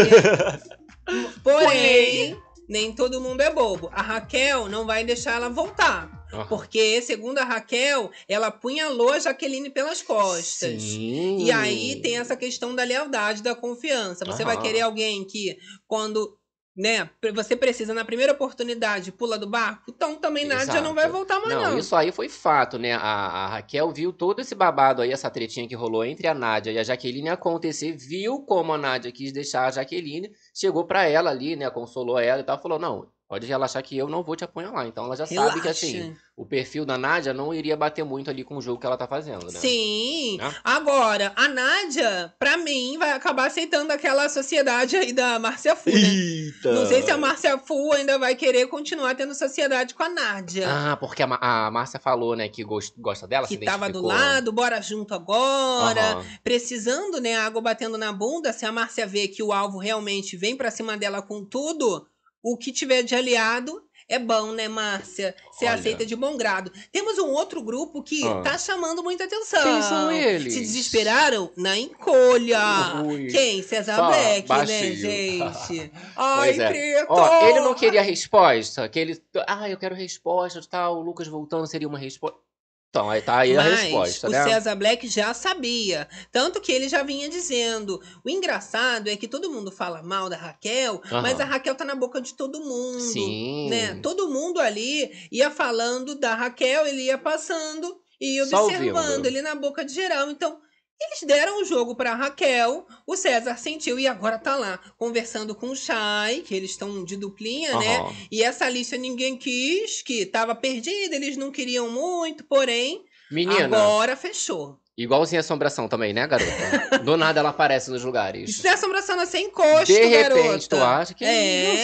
Porém, nem todo mundo é bobo. A Raquel não vai deixar ela voltar. Aham. Porque, segundo a Raquel, ela apunhalou a Jaqueline pelas costas. Sim. E aí tem essa questão da lealdade, da confiança. Você vai Aham. querer alguém que, quando, né, você precisa na primeira oportunidade, pula do barco? Então também Nádia Exato. não vai voltar mais, não. Isso aí foi fato, né? A Raquel viu todo esse babado aí, essa tretinha que rolou entre a Nádia e a Jaqueline acontecer, viu como a Nádia quis deixar a Jaqueline, chegou pra ela ali, né? Consolou ela e tal, falou: não, pode relaxar que eu não vou te apunhalar. Então ela já sabe que assim, o perfil da Nádia não iria bater muito ali com o jogo que ela tá fazendo, né? Sim. Né? Agora, a Nádia, pra mim, vai acabar aceitando aquela sociedade aí da Márcia Fu, né? Eita! Não sei se a Márcia Fu ainda vai querer continuar tendo sociedade com a Nádia. Ah, porque a Márcia falou, né, que gosta dela, Que se tava do identificou. lado, bora junto agora. Aham. Precisando, né, água batendo na bunda. Se a Márcia vê que o alvo realmente vem pra cima dela com tudo, o que tiver de aliado é bom, né, Márcia? Você Olha. aceita de bom grado. Temos um outro grupo que tá chamando muita atenção. Quem são eles? Se desesperaram na encolha. Ui. Quem? César Só Black, né, baixinho. gente? Ai, Pois é. preto! Ó, ele não queria resposta, que ele... Ah, eu quero resposta e tal, o Lucas voltando seria uma resposta. Então, aí tá aí a Mas resposta, o né? César Black já sabia. Tanto que ele já vinha dizendo. O engraçado é que todo mundo fala mal da Raquel, Aham. mas a Raquel tá na boca de todo mundo. Sim. Né? Todo mundo ali ia falando da Raquel, ele ia passando e ia Só observando ouvindo. ele na boca de geral. Então, eles deram o jogo pra Raquel, o César sentiu e agora tá lá, conversando com o Chay, que eles estão de duplinha, né? Aham. E essa Alicia ninguém quis, que tava perdida, eles não queriam muito, porém, Menina, agora fechou. igualzinha assombração também, né, garota? Do nada ela aparece nos lugares. Isso não é assombração, não é sem encosto, De repente, garota. tu acha que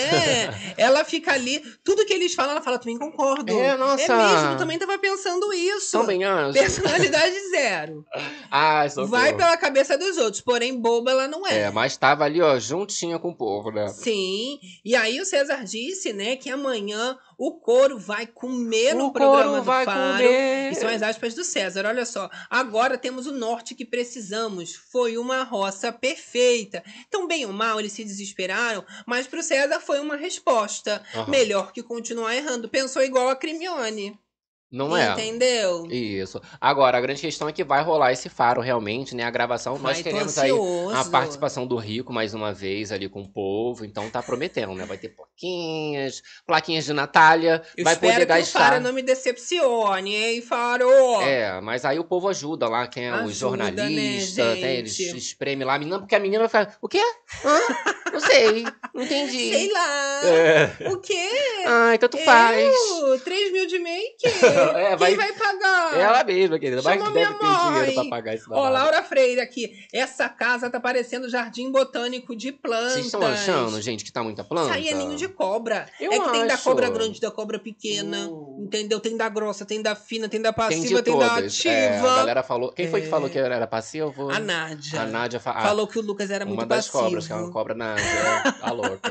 Ela fica ali, tudo que eles falam, ela fala, também concordo. nossa. É mesmo, eu também tava pensando isso. Também acho. Personalidade zero. Ah, socorro. Vai pela cabeça dos outros, porém boba ela não é. É, mas tava ali, ó, juntinha com o povo, né? Sim, e aí o César disse, né, que amanhã O couro vai comer no O programa couro do vai Faro. comer. E são as aspas do César. Olha só. Agora temos o norte que precisamos. Foi uma roça perfeita. Então, bem ou mal, eles se desesperaram, mas pro César foi uma resposta. Aham. Melhor que continuar errando. Pensou igual a Crimione. Não é? Entendeu? Isso. Agora, a grande questão é que vai rolar esse Faro realmente, né? A gravação. Nós Vai, tô teremos aí a ansioso. participação do Rico mais uma vez ali com o povo. Então tá prometendo, né? Vai ter plaquinhas de Natália. Eu vai espero poder que o gastar. Faro não me decepcione, hein, Faro? É, mas aí o povo ajuda lá, quem é o Ajuda, jornalista, né, né? Eles gente? espremem lá a menina, porque a menina vai ficar, o quê? Hã? Não sei, não entendi. Sei lá. É. O quê? Ai, tanto faz. 3 mil de make? É, Quem vai pagar? Ela mesma, querida. Vai que Chama deve minha ter dinheiro pra mãe. pagar esse Ó, babado. Laura Freire aqui. Essa casa tá parecendo jardim botânico de plantas. Vocês estão achando, gente, que tá muita planta? Isso aí é ninho de cobra. Eu é que tem da acho. cobra grande, da cobra pequena. Entendeu? Tem da grossa, tem da fina, tem da Tem passiva, de tem da todas. ativa. É, a galera falou. Quem foi que falou que era passivo? A Nádia. A Nádia Falou que o Lucas era muito uma das passivo. cobras, que é uma cobra Nádia. Tá louca.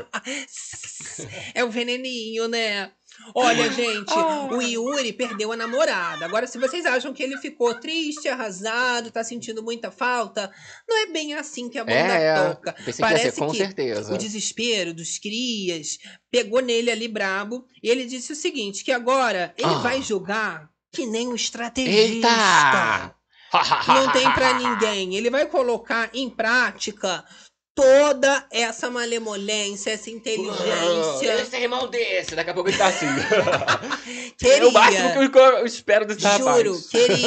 É o veneninho, né? Olha, gente, o Yuri perdeu a namorada. Agora, se vocês acham que ele ficou triste, arrasado, tá sentindo muita falta, não é bem assim que a banda toca. Pensei que ia ser, com certeza. O desespero dos crias pegou nele ali brabo e ele disse o seguinte, que agora ele vai jogar que nem um estrategista. Eita! Não tem pra ninguém. Ele vai colocar em prática toda essa malemolência, essa inteligência. Esse é irmão desse, daqui a pouco ele tá assim. Queria. É o máximo que eu espero desse rapaz. Juro,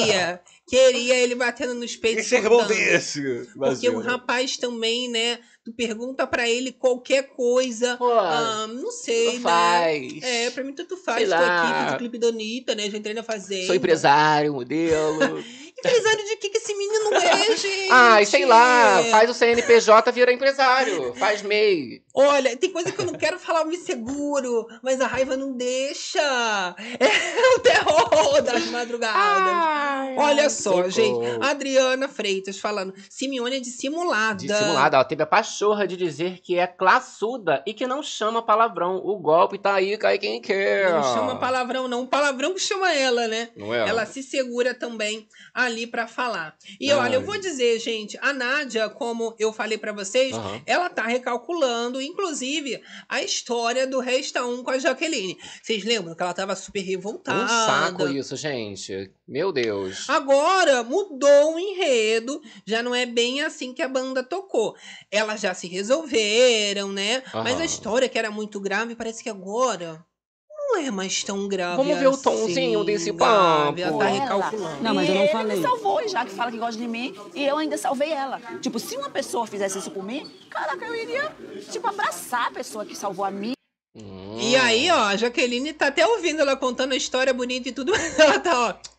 queria ele batendo nos peitos. Esse é irmão cortando. desse. Porque o rapaz também, né? Tu pergunta pra ele qualquer coisa. Pô, não sei, tanto né? faz. É, pra mim tanto faz. Sei Tô lá. aqui, fiz o clipe da Anitta, né? Já entrei na fazenda. Sou empresário, modelo. Empresário de que esse menino é, gente? Ai, sei lá. Faz o CNPJ, vira empresário. Faz MEI. Olha, tem coisa que eu não quero falar, eu me seguro, mas a raiva não deixa. É o terror das madrugadas. Olha só, socorro. gente. Adriana Freitas falando. Simeone é dissimulada. Dissimulada. Ela teve a pachorra de dizer que é classuda e que não chama palavrão. O golpe tá aí, cai quem quer. Não chama palavrão, não. O palavrão que chama ela, né? Não é? Ela se segura também ali pra falar. E olha, eu vou dizer, gente, a Nádia, como eu falei pra vocês, ela tá recalculando, inclusive, a história do Resta 1 com a Jaqueline. Vocês lembram que ela tava super revoltada? Um saco isso, gente. Meu Deus. Agora mudou o enredo, já não é bem assim que a banda tocou. Elas já se resolveram, né? Mas a história que era muito grave, parece que agora não é mais tão grave. Vamos ver o tomzinho desse papo. Ela tá recalculando. Não, mas eu não ele falei. me salvou, já que fala que gosta de mim, e eu ainda salvei ela. Tipo, se uma pessoa fizesse isso por mim, caraca, eu iria, tipo, abraçar a pessoa que salvou a mim. E aí, ó, a Jaqueline tá até ouvindo ela contando a história bonita e tudo, mas ela tá, ó.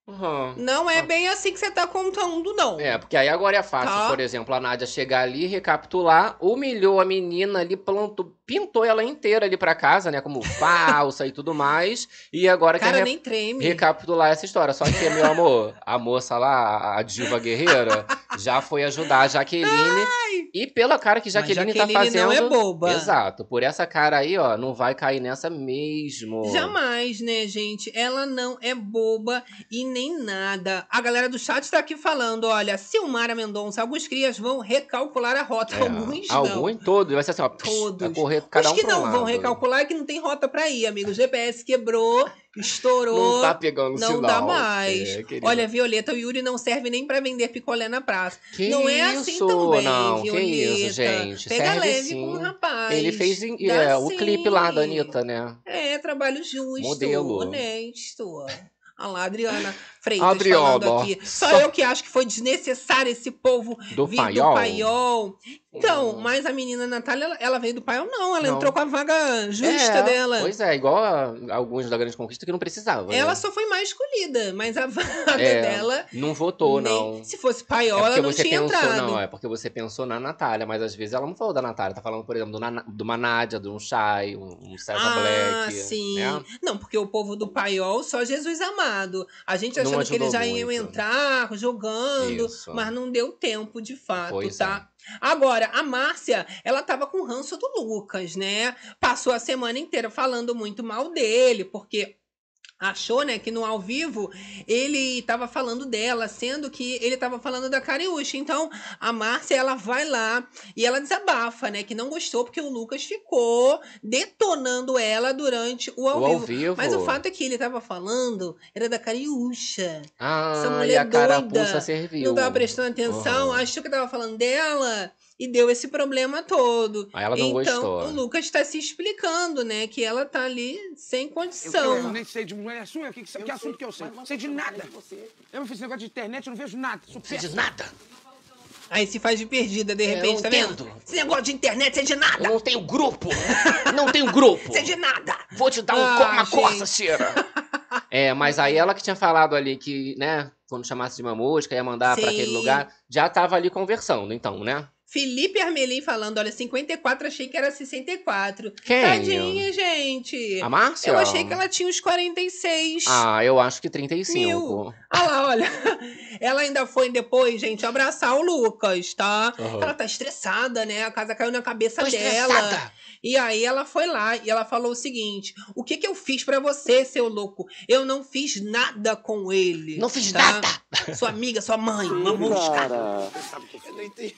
Não é bem assim que você tá contando, não. É, porque aí agora é fácil, por exemplo, a Nádia chegar ali, recapitular, humilhou a menina ali, pintou ela inteira ali pra casa, né, como falsa e tudo mais, e agora Cara, quer nem treme. recapitular essa história. Só que, meu amor, a moça lá, a diva guerreira, já foi ajudar a Jaqueline, e pela cara que Jaqueline tá fazendo... não é boba. Exato, por essa cara aí, ó, não vai cair nessa mesmo. Jamais, né, gente? Ela não é boba e nem nada. A galera do chat tá aqui falando, olha, Silmara Mendonça, alguns crias vão recalcular a rota, alguns não. Alguns, todos, vai ser assim, ó, todos. vai correr cada Os que pra um não vão lado. recalcular é que não tem rota pra ir, amigo. O GPS quebrou, estourou. Não tá pegando Não sinal. dá mais. Querida. Olha, Violeta, o Yuri não serve nem pra vender picolé na praça. Que não é isso? assim também, Não, Violeta. que isso, gente. Pega Serve leve sim. com o rapaz. Ele fez Dá o sim. clipe lá da Anitta, né? É, trabalho justo, Modelo. honesto. Olha lá, Adriana Freitas Adriana, falando aqui. Só eu que acho que foi desnecessário esse povo Do vir paiol? do paiol. Então, mas a menina Natália, ela veio do paiol? Não, ela Não. entrou com a vaga justa dela. Pois é, igual alguns da Grande Conquista que não precisavam. Ela né? só foi mais escolhida, mas a vaga dela... Não votou, nem- não. Se fosse paiol, É ela porque não você tinha pensou, entrado. não, é porque você pensou na Natália, mas às vezes ela não falou da Natália, tá falando, por exemplo, de uma Nádia, de um Shai, um César Black. sim. Né? Não, porque o povo do paiol, só Jesus amado. A gente achava achando que eles ajudou já iam muito. entrar jogando, Isso. mas não deu tempo de fato, Pois tá? Agora, a Márcia, ela tava com ranço do Lucas, né? Passou a semana inteira falando muito mal dele, porque achou, né, que no ao vivo ele tava falando dela, sendo que ele tava falando da Cariúcha. Então, a Márcia, ela vai lá e ela desabafa, né, que não gostou porque o Lucas ficou detonando ela durante o ao O ao vivo. vivo. Mas o fato é que ele tava falando era da Cariúcha. Essa Ah, mulher e a carapuça doida, serviu. não tava prestando atenção, Aham. achou que tava falando dela e deu esse problema todo. Aí ela não Então, gostou. o Lucas tá se explicando, né, que ela tá ali sem Eu condição. nem sei de mulher sua, que assunto que eu sei? Sei de nada. Eu não fiz esse negócio de internet, eu não vejo nada. Sou péssimo. nada. Aí se faz de perdida, de repente, não tá vendo? entendo. Esse negócio de internet, você é de nada! Eu não tenho grupo. Não tenho grupo. Você é de nada! Vou te dar uma gente. coça, Cira. Mas aí ela que tinha falado ali que, né, quando chamasse de uma música, ia mandar pra aquele Sim. lugar, já tava ali conversando, então, né? Felipe Armelin falando, olha, 54, achei que era 64. Quem? Tadinha, gente. A Márcia? Eu achei que ela tinha uns 46. Ah, eu acho que 35. Ah lá, olha. Ela ainda foi depois, gente, abraçar o Lucas, tá? Aham. Ela tá estressada, né? A casa caiu na cabeça Tô dela. estressada. E aí ela foi lá e ela falou o seguinte: o que eu fiz pra você, seu louco? Eu não fiz nada com ele. Não fiz tá? nada. Sua amiga, sua mãe, uma mosca. Eu não entendi.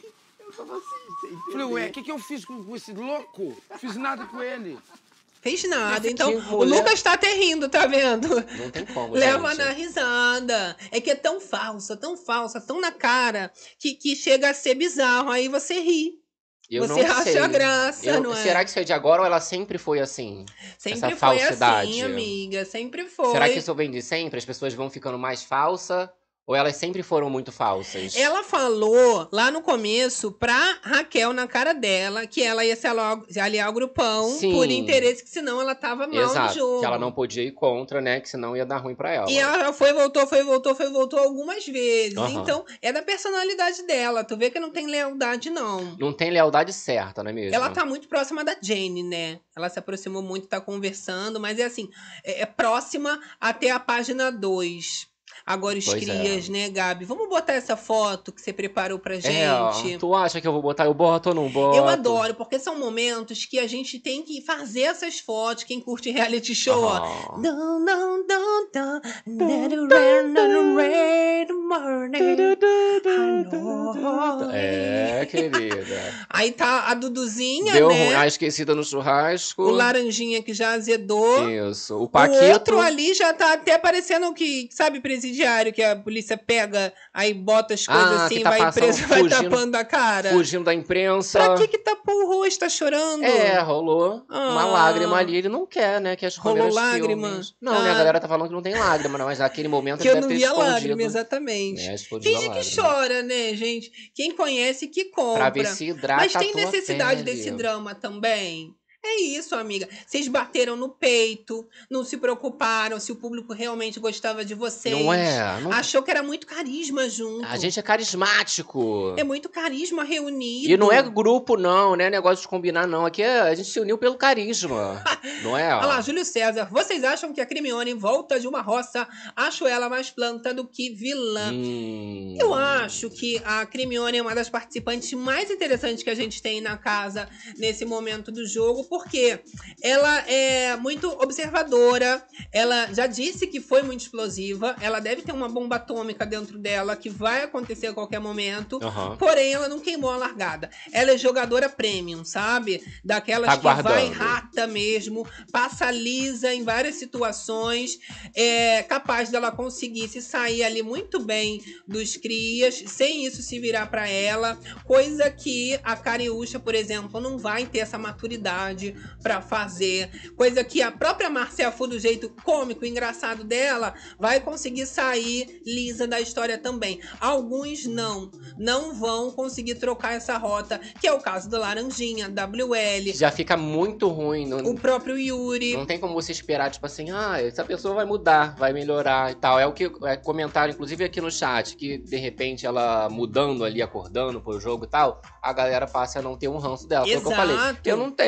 Falei, ué, o que eu fiz com esse louco? Fiz nada com ele. Fez nada. Então, Que o mulher. Lucas tá até rindo, tá vendo? Não tem como, Leva gente. na risada. É que é tão falsa, tão na cara, que chega a ser bizarro. Aí você ri. Eu Você não acha sei. graça, não é? Será que isso é de agora ou ela sempre foi assim? Sempre essa foi falsidade? assim, amiga. Sempre foi. Será que isso vem de sempre? As pessoas vão ficando mais falsas? Ou elas sempre foram muito falsas? Ela falou lá no começo pra Raquel na cara dela que ela ia se aliar ao grupão Sim. por interesse, que senão ela tava mal Exato, no jogo. que ela não podia ir contra, né? Que senão ia dar ruim pra ela. E ela já voltou algumas vezes. Aham. Então, é da personalidade dela. Tu vê que não tem lealdade, não. Não tem lealdade certa, não é mesmo? Ela tá muito próxima da Jenny, né? Ela se aproximou muito, tá conversando, mas é assim, é próxima até a página 2. Agora os Pois crias, né, Gabi? Vamos botar essa foto que você preparou pra gente? Tu acha que eu vou botar? Eu boto ou não boto? Eu adoro, porque são momentos que a gente tem que fazer essas fotos. Quem curte reality show, ó. Aham. Don't, don't, don't, don't, let it rain, let it rain in the morning. I know. É, querida. Aí tá a Duduzinha, Deu né? ruim. A esquecida no churrasco. O laranjinha que já azedou. Isso. O O Paquito. outro ali já tá até parecendo que, sabe, presidiário, que a polícia pega, aí bota as coisas assim, que tá vai passando, preso, vai fugindo- tapando a cara. Fugindo da imprensa. Pra que tapou o rosto? Tá chorando? Rolou uma Ah. lágrima ali. Ele não quer, né? Que as Rolou câmeras lágrima? filmes. Não, né? A Ah. galera tá falando que não tem lágrima, mas naquele momento Que ele eu não deve ter vi a escondido. lágrima, exatamente. Escondido a Finge que lágrima. chora, né, gente? Quem conhece, que compra. Pra ver se hidrata Mas tem a tua necessidade pele. desse drama também? É isso, amiga. Vocês bateram no peito, não se preocuparam se o público realmente gostava de vocês. Não é? Não- Achou que era muito carisma junto. A gente é carismático. É muito carisma reunido. E não é grupo, não, né? Negócio de combinar, não. Aqui a gente se uniu pelo carisma. Não é? Olha lá, Júlio César. Vocês acham que a Crimione volta de uma roça? Acho ela mais planta do que vilã. Eu acho que a Crimione é uma das participantes mais interessantes que a gente tem na casa nesse momento do jogo, porque ela é muito observadora, ela já disse que foi muito explosiva, ela deve ter uma bomba atômica dentro dela que vai acontecer a qualquer momento, Aham. porém ela não queimou a largada. Ela é jogadora premium, sabe? Daquelas Tá que vai guardando. rata mesmo, passa lisa em várias situações, é capaz dela conseguir se sair ali muito bem dos crias, sem isso se virar pra ela, coisa que a Cariúcha, por exemplo, não vai ter essa maturidade pra fazer, coisa que a própria Marcia Fu, do jeito cômico, engraçado dela, vai conseguir sair lisa da história também. Alguns não vão conseguir trocar essa rota, que é o caso do Laranjinha, WL, Já fica muito ruim. Não, o próprio Yuri. não tem como você esperar, tipo assim, essa pessoa vai mudar, vai melhorar e tal. É o que comentaram, inclusive aqui no chat, que de repente ela mudando ali, acordando pro jogo e tal, a galera passa a não ter um ranço dela. Foi o que eu falei. Exato. Eu não tenho um ranço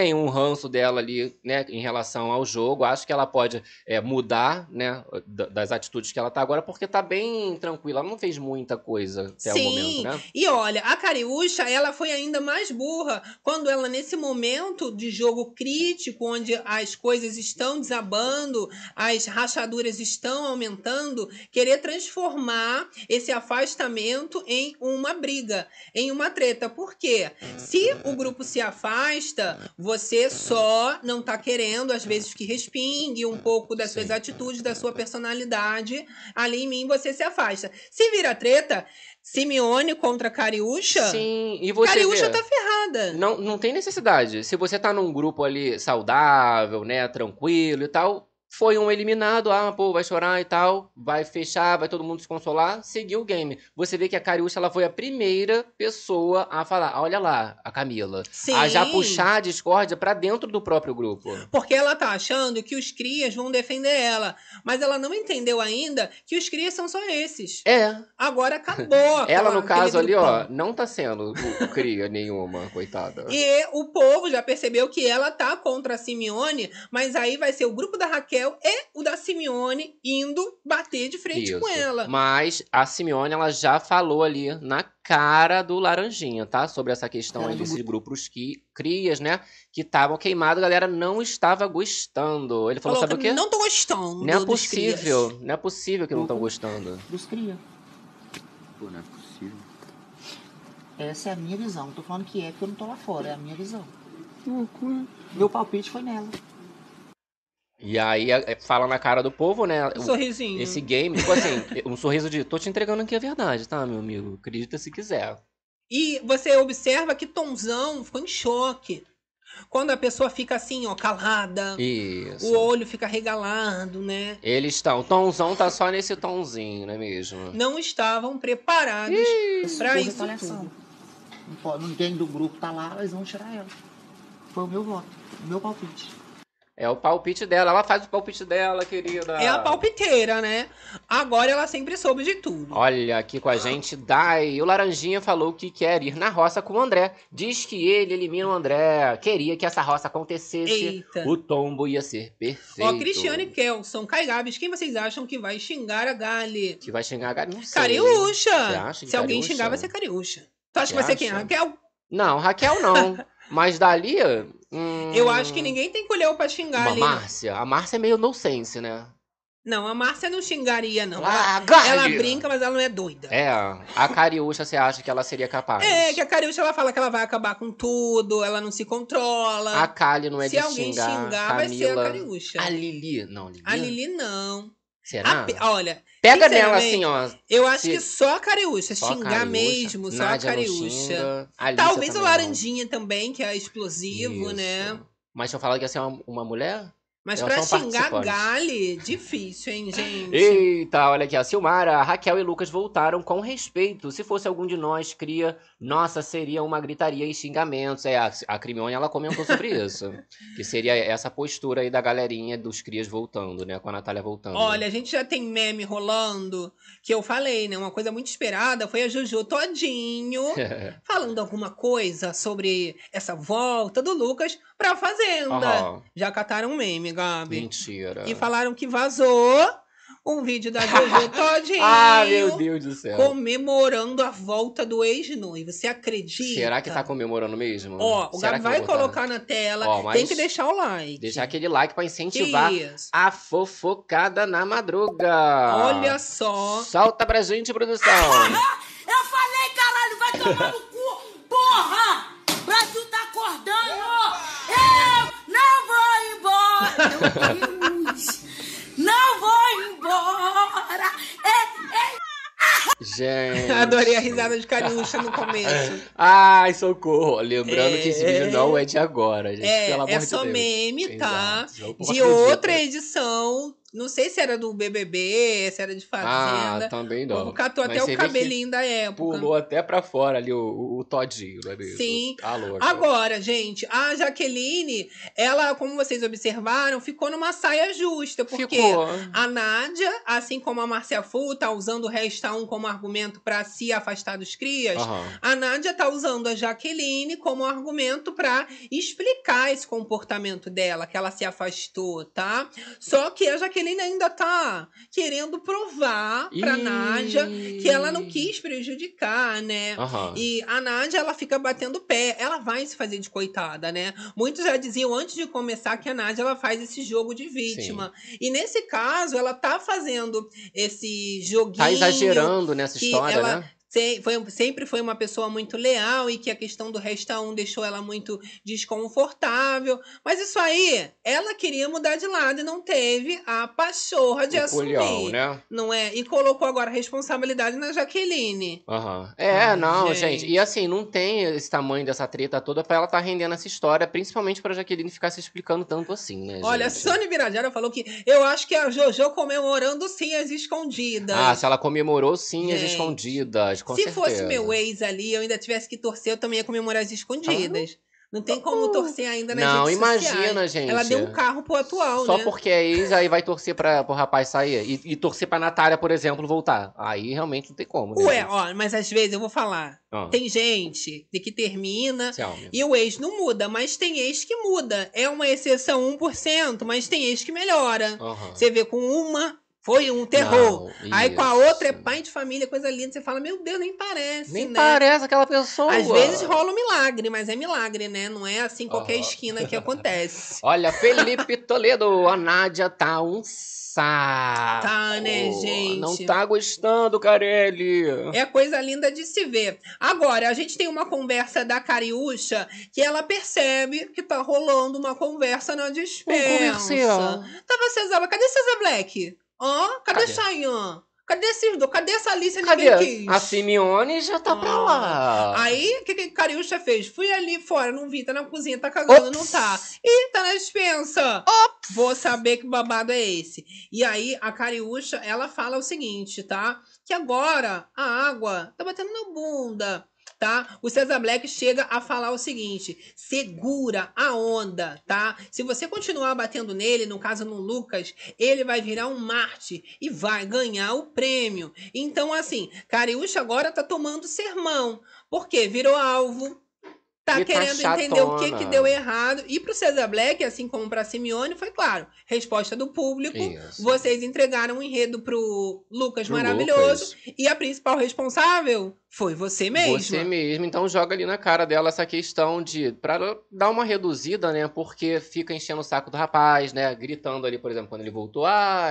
ranço dela ali, né, em relação ao jogo. Acho que ela pode mudar, né, das atitudes que ela tá agora, porque tá bem tranquila. Ela não fez muita coisa até o momento, né? E olha, a Cariúcha, ela foi ainda mais burra quando ela, nesse momento de jogo crítico, onde as coisas estão desabando, as rachaduras estão aumentando, querer transformar esse afastamento em uma briga, em uma treta. Por quê? Se o grupo se afasta, você só não tá querendo, às vezes, que respingue um pouco das suas atitudes, da sua personalidade. Ali em mim, você se afasta. Se vira treta, Simeone contra Cariúcha, Sim, e você Cariúcha vê, tá ferrada. não tem necessidade. Se você tá num grupo ali saudável, né, tranquilo e tal, foi um eliminado, pô, vai chorar e tal, vai fechar, vai todo mundo se consolar, seguiu o game. Você vê que a Cariúcha, ela foi a primeira pessoa a falar, olha lá, a Camila, Sim. a já puxar a discórdia pra dentro do próprio grupo. Porque ela tá achando que os crias vão defender ela. Mas ela não entendeu ainda que os crias são só esses. Agora acabou. Ela, no caso ali, grupão. ó, não tá sendo cria nenhuma, coitada. E o povo já percebeu que ela tá contra a Simeone, mas aí vai ser o grupo da Raquel e o da Simeone indo bater de frente com ela. Mas a Simeone, ela já falou ali na cara do Laranjinha, tá? Sobre essa questão aí desses grupos crias, né? Que estavam queimados, a galera não estava gostando. Ele falou, sabe o quê? Não tô gostando. Não é possível, não é possível que não estão gostando. Dos cria. Pô, não é possível. Essa é a minha visão. Não tô falando que é porque eu não tô lá fora, é a minha visão. Meu palpite foi nela. E aí fala na cara do povo, né? Sorrisinho. Esse game, tipo assim, um sorriso de tô te entregando aqui a verdade, tá, meu amigo? Acredita se quiser. E você observa que Tonzão ficou em choque. Quando a pessoa fica assim, ó, calada. Isso. O olho fica regalado, né? Eles estão. O Tomzão tá só nesse tomzinho, não é mesmo? Não estavam preparados pra isso tudo. Ninguém do grupo tá lá, eles vão tirar ela. Foi o meu voto, o meu palpite. É o palpite dela, ela faz o palpite dela, querida. É a palpiteira, né? Agora ela sempre soube de tudo. Olha, aqui com a gente, Dai. O Laranjinha falou que quer ir na roça com o André. Diz que ele elimina o André. Queria que essa roça acontecesse. Eita. O tombo ia ser perfeito. Ó, Cristiane Kelson, Kai Gabs, quem vocês acham que vai xingar a Gali? Que vai xingar a Gali? Não sei. Cariúcha. Você acha que Se alguém Cariúcha? xingar, vai ser Cariúcha. Tu acha que vai ser quem? Raquel? Não, Raquel não. Mas dali... Eu acho que ninguém tem colheu pra xingar ali. Márcia. A Márcia é meio nonsense, né? Não, a Márcia não xingaria, não. Gali! Ela brinca, mas ela não é doida. É, a Cariúcha, você acha que ela seria capaz? É, que a Cariúcha, ela fala que ela vai acabar com tudo, ela não se controla. A Kali não é de xingar. Se alguém xingar, vai ser a Cariúcha. A Lili, não, Lili? A Lili, não. Será? Olha, pega nela assim, ó. Eu acho que só a Cariúcha, xingar mesmo, só Nádia a Cariúcha. Xinga, Talvez o Laranjinha também, que é explosivo, isso, né? Mas se eu falar que ia ser uma mulher? Mas elas pra são xingar participantes. Gali, difícil, hein, gente? Eita, olha aqui, a Silmara, Raquel e Lucas voltaram com respeito. Se fosse algum de nós, cria, nossa, seria uma gritaria e xingamentos. A Crimione, ela comentou sobre isso. Que seria essa postura aí da galerinha dos crias voltando, né? Com a Natália voltando. Olha, a gente já tem meme rolando, que eu falei, né? Uma coisa muito esperada foi a Juju todinho falando alguma coisa sobre essa volta do Lucas pra Fazenda. Já cataram um meme, Gabi. Mentira. E falaram que vazou um vídeo da Juju todinho. Ah, meu Deus do céu. Comemorando a volta do ex-noivo. Você acredita? Será que tá comemorando mesmo? Ó, o Gabi vai colocar na tela. Tem que deixar o like. Deixar aquele like pra incentivar a fofocada na madruga. Olha só. Solta pra gente, produção. Eu falei, caralho, vai tomar no cu, porra! Brasil tá acordando! Eu não vou embora! Meu Deus! Não vou embora! Gente. Adorei a risada de Cariúcha no começo. Ai, socorro. Lembrando que esse vídeo não é de agora, gente. Pelo amor de só Deus. meme, tá? Exato. De outra edição Não sei se era do BBB, se era de Fazenda. Ah, também O não. povo catou Mas até você o vê que cabelinho da época. Pulou até pra fora ali o todinho, não é mesmo? Sim. A louca. Agora, gente, a Jaqueline, ela, como vocês observaram, ficou numa saia justa. Porque Ficou. a Nádia, assim como a Márcia Fu, tá usando o Resta 1 como argumento pra se afastar dos crias, Aham. a Nádia tá usando a Jaqueline como argumento pra explicar esse comportamento dela, que ela se afastou, tá? Só que a Jaqueline ainda tá querendo provar pra Nádia que ela não quis prejudicar, né? Aham. E a Nádia, ela fica batendo pé. Ela vai se fazer de coitada, né? Muitos já diziam antes de começar que a Nádia, ela faz esse jogo de vítima. E nesse caso, ela tá fazendo esse joguinho. Tá exagerando nessa que história, ela né? sempre foi uma pessoa muito leal e que a questão do Resta 1 deixou ela muito desconfortável. Mas isso aí, ela queria mudar de lado e não teve a pachorra de O assumir. culhão, né? Não é? E colocou agora a responsabilidade na Jaqueline. Aham. É, Ai, não, gente. gente. E assim, não tem esse tamanho dessa treta toda pra ela tá rendendo essa história, principalmente pra Jaqueline ficar se explicando tanto assim, né, Olha, a gente? Sônia Virajara falou que eu acho que a Jojo comemorando sim as escondidas. Ah, se ela comemorou sim as Gente, escondidas, com Se certeza. fosse meu ex ali, eu ainda tivesse que torcer, eu também ia comemorar as escondidas. Não tem como torcer ainda nas Não, redes imagina, sociais. gente. Ela deu um carro pro atual, Só né? porque é ex, aí vai torcer pro rapaz sair. E torcer pra Natália, por exemplo, voltar. Aí realmente não tem como, né? Ué, gente? ó, mas às vezes eu vou falar. Ah. Tem gente de que termina Ciúme. e o ex não muda, mas tem ex que muda. É uma exceção 1%, mas tem ex que melhora. Aham. Você vê com uma, foi um terror. Não, Aí com a isso. outra é pai de família, coisa linda. Você fala, meu Deus, nem parece, Nem né? parece aquela pessoa. Às vezes rola um milagre, mas é milagre, né? Não é assim qualquer Aham. esquina que acontece. Olha, Felipe Toledo, a Nádia tá um saco. Tá, né, gente? Não tá gostando, Carelli. É coisa linda de se ver. Agora, a gente tem uma conversa da Cariúcha que ela percebe que tá rolando uma conversa na dispensa. comercial. Tava César, cadê César Black? Ó, cadê Cadê? Chayanne? Cadê esses dois? Cadê essa Alice? Cadê? Ninguém quis. A Simeone já tá pra lá. Aí, o que a Cariúcha fez? Fui ali fora, não vi, tá na cozinha, tá cagando, não tá. Ih, tá na dispensa. Vou saber que babado é esse. E aí, a Cariúcha, ela fala o seguinte, tá? Que agora a água tá batendo na bunda, tá? O César Black chega a falar o seguinte: segura a onda, tá? Se você continuar batendo nele, no caso no Lucas, ele vai virar um Marte e vai ganhar o prêmio. Então, assim, Cariúcha agora tá tomando sermão. Por quê? Virou alvo. Tá E tá querendo entender o que chatona. deu errado. E pro César Black, assim como pra Simeone, foi claro. Resposta do público. Isso. Vocês entregaram um enredo pro Lucas Pro maravilhoso. Lucas. E a principal responsável foi você mesma. Você mesmo, então joga ali na cara dela essa questão de pra dar uma reduzida, né? Porque fica enchendo o saco do rapaz, né? Gritando ali, por exemplo, quando ele voltou,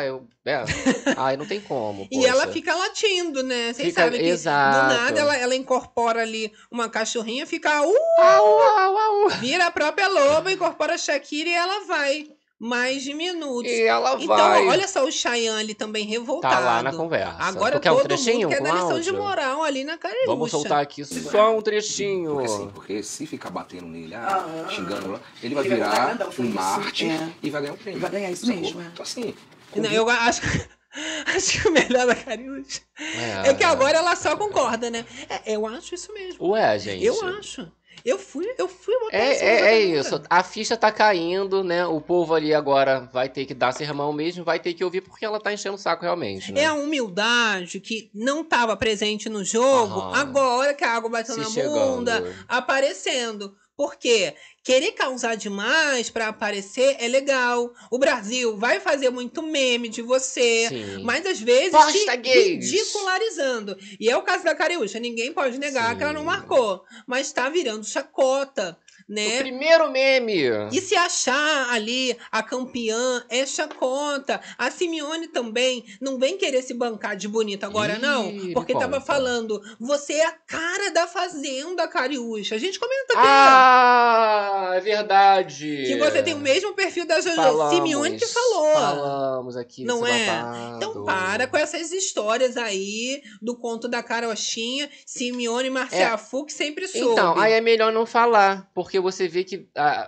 ai, não tem como. E poxa. ela fica latindo, né? Vocês Fica- sabem que exato. do nada ela incorpora ali uma cachorrinha, fica Au, au, au. vira a própria loba, incorpora a Shakira e ela vai. Mais de minutos. E ela Então, vai. olha só o Chayanne ali também revoltado. Tá lá na conversa. Agora Tu quer um todo trechinho mundo quer com dar lição de áudio? moral ali na Cariúcha. Vamos soltar aqui só um trechinho. Porque se ficar batendo nele, xingando lá, ele vai virar um Marte e vai ganhar um prêmio. Vai ganhar isso Sacou? mesmo, é. Então assim, Não, eu acho que o melhor da Cariúcha é que agora ela só concorda, né? Eu acho isso mesmo. Ué, gente. Eu acho. Eu fui uma pessoa. É isso. A ficha tá caindo, né? O povo ali agora vai ter que dar sermão mesmo, vai ter que ouvir porque ela tá enchendo o saco realmente, né? É a humildade que não estava presente no jogo, Aham. agora que a água bateu Se na chegando. bunda, aparecendo. Por quê? Querer causar demais pra aparecer é legal. O Brasil vai fazer muito meme de você, Sim. mas às vezes Posta te gays. ridicularizando. E é o caso da Cariúcha. Ninguém pode negar Sim. que ela não marcou, mas tá virando chacota, O né? primeiro meme. E se achar ali a campeã, é chacota. A Simeone também não vem querer se bancar de bonita agora, Ih, não. me Porque tava conta. falando, você é a cara da Fazenda, Cariúcha. A gente comenta aqui, Ah, é verdade. que você tem o mesmo perfil da Jojo. Falamos, Simeone que falou. Falamos aqui Não desse é? babado. Então para com essas histórias aí do conto da carochinha, Simeone e Marcia Fu, que sempre soube. Então, aí é melhor não falar, porque você vê que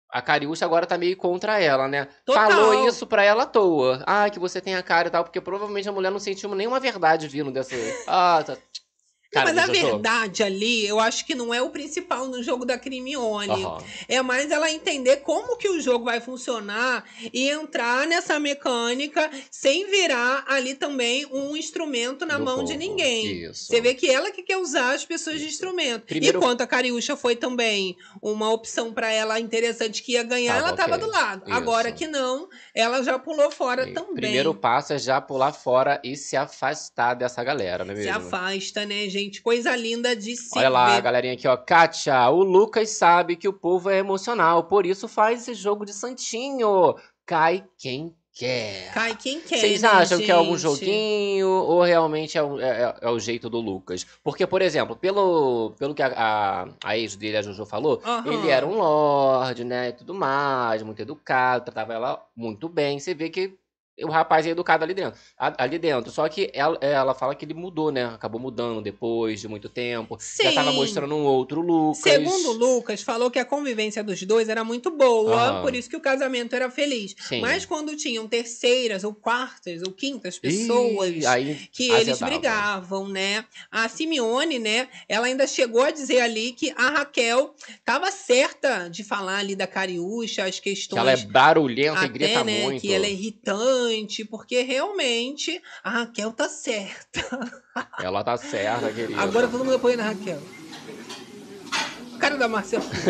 A Cariúcha agora tá meio contra ela, né? Total. Falou isso pra ela à toa. Ah, que você tem a cara e tal, porque provavelmente a mulher não sentiu nenhuma verdade vindo dessa... Ah, tá... Não, Cara mas a do Jojo. verdade ali, eu acho que não é o principal no jogo da Crimione. Aham. É mais ela entender como que o jogo vai funcionar e entrar nessa mecânica sem virar ali também um instrumento na Do mão de povo. ninguém. Isso. Você vê que ela que quer usar as pessoas de instrumento. Primeiro- Enquanto a Cariúcha foi também uma opção pra ela interessante que ia ganhar, Tava ela tava ok. do lado. Isso. Agora que não, ela já pulou fora E também. primeiro passo é já pular fora e se afastar dessa galera, não é Se mesmo? afasta, né, gente? Coisa linda de se Olha lá, ver. galerinha aqui, ó. Kátia, o Lucas sabe que o povo é emocional, por isso faz esse jogo de santinho. Cai quem quer. Cai quem quer, Vocês né, acham que é algum gente? joguinho ou realmente é o jeito do Lucas? Porque, por exemplo, pelo que a ex dele, a Jojo, falou, Aham. ele era um lorde, né, e tudo mais, muito educado, tratava ela muito bem. Você vê que o rapaz é educado ali dentro. Só que ela fala que ele mudou, né? Acabou mudando depois de muito tempo. Já tava Sim. mostrando um outro Lucas. Segundo o Lucas, falou que a convivência dos dois era muito boa, Aham. por isso que o casamento era feliz. Sim. Mas quando tinham terceiras, ou quartas, ou quintas pessoas Ih, aí que eles azedava. brigavam, né? A Simeone, né? Ela ainda chegou a dizer ali que a Raquel tava certa de falar ali da Cariúcha, as Que questões... ela é barulhenta e Até, grita né, muito. que ela é irritante, porque realmente a Raquel tá certa. Ela tá certa, querida. Agora todo mundo apoiando a Raquel. Cara da Márcia Fu.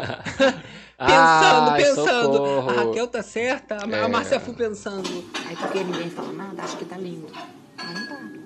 Ai, pensando. socorro. A Raquel tá certa, a Márcia Fu pensando. Aí porque ninguém fala nada, acho que tá lindo. Mas não tá.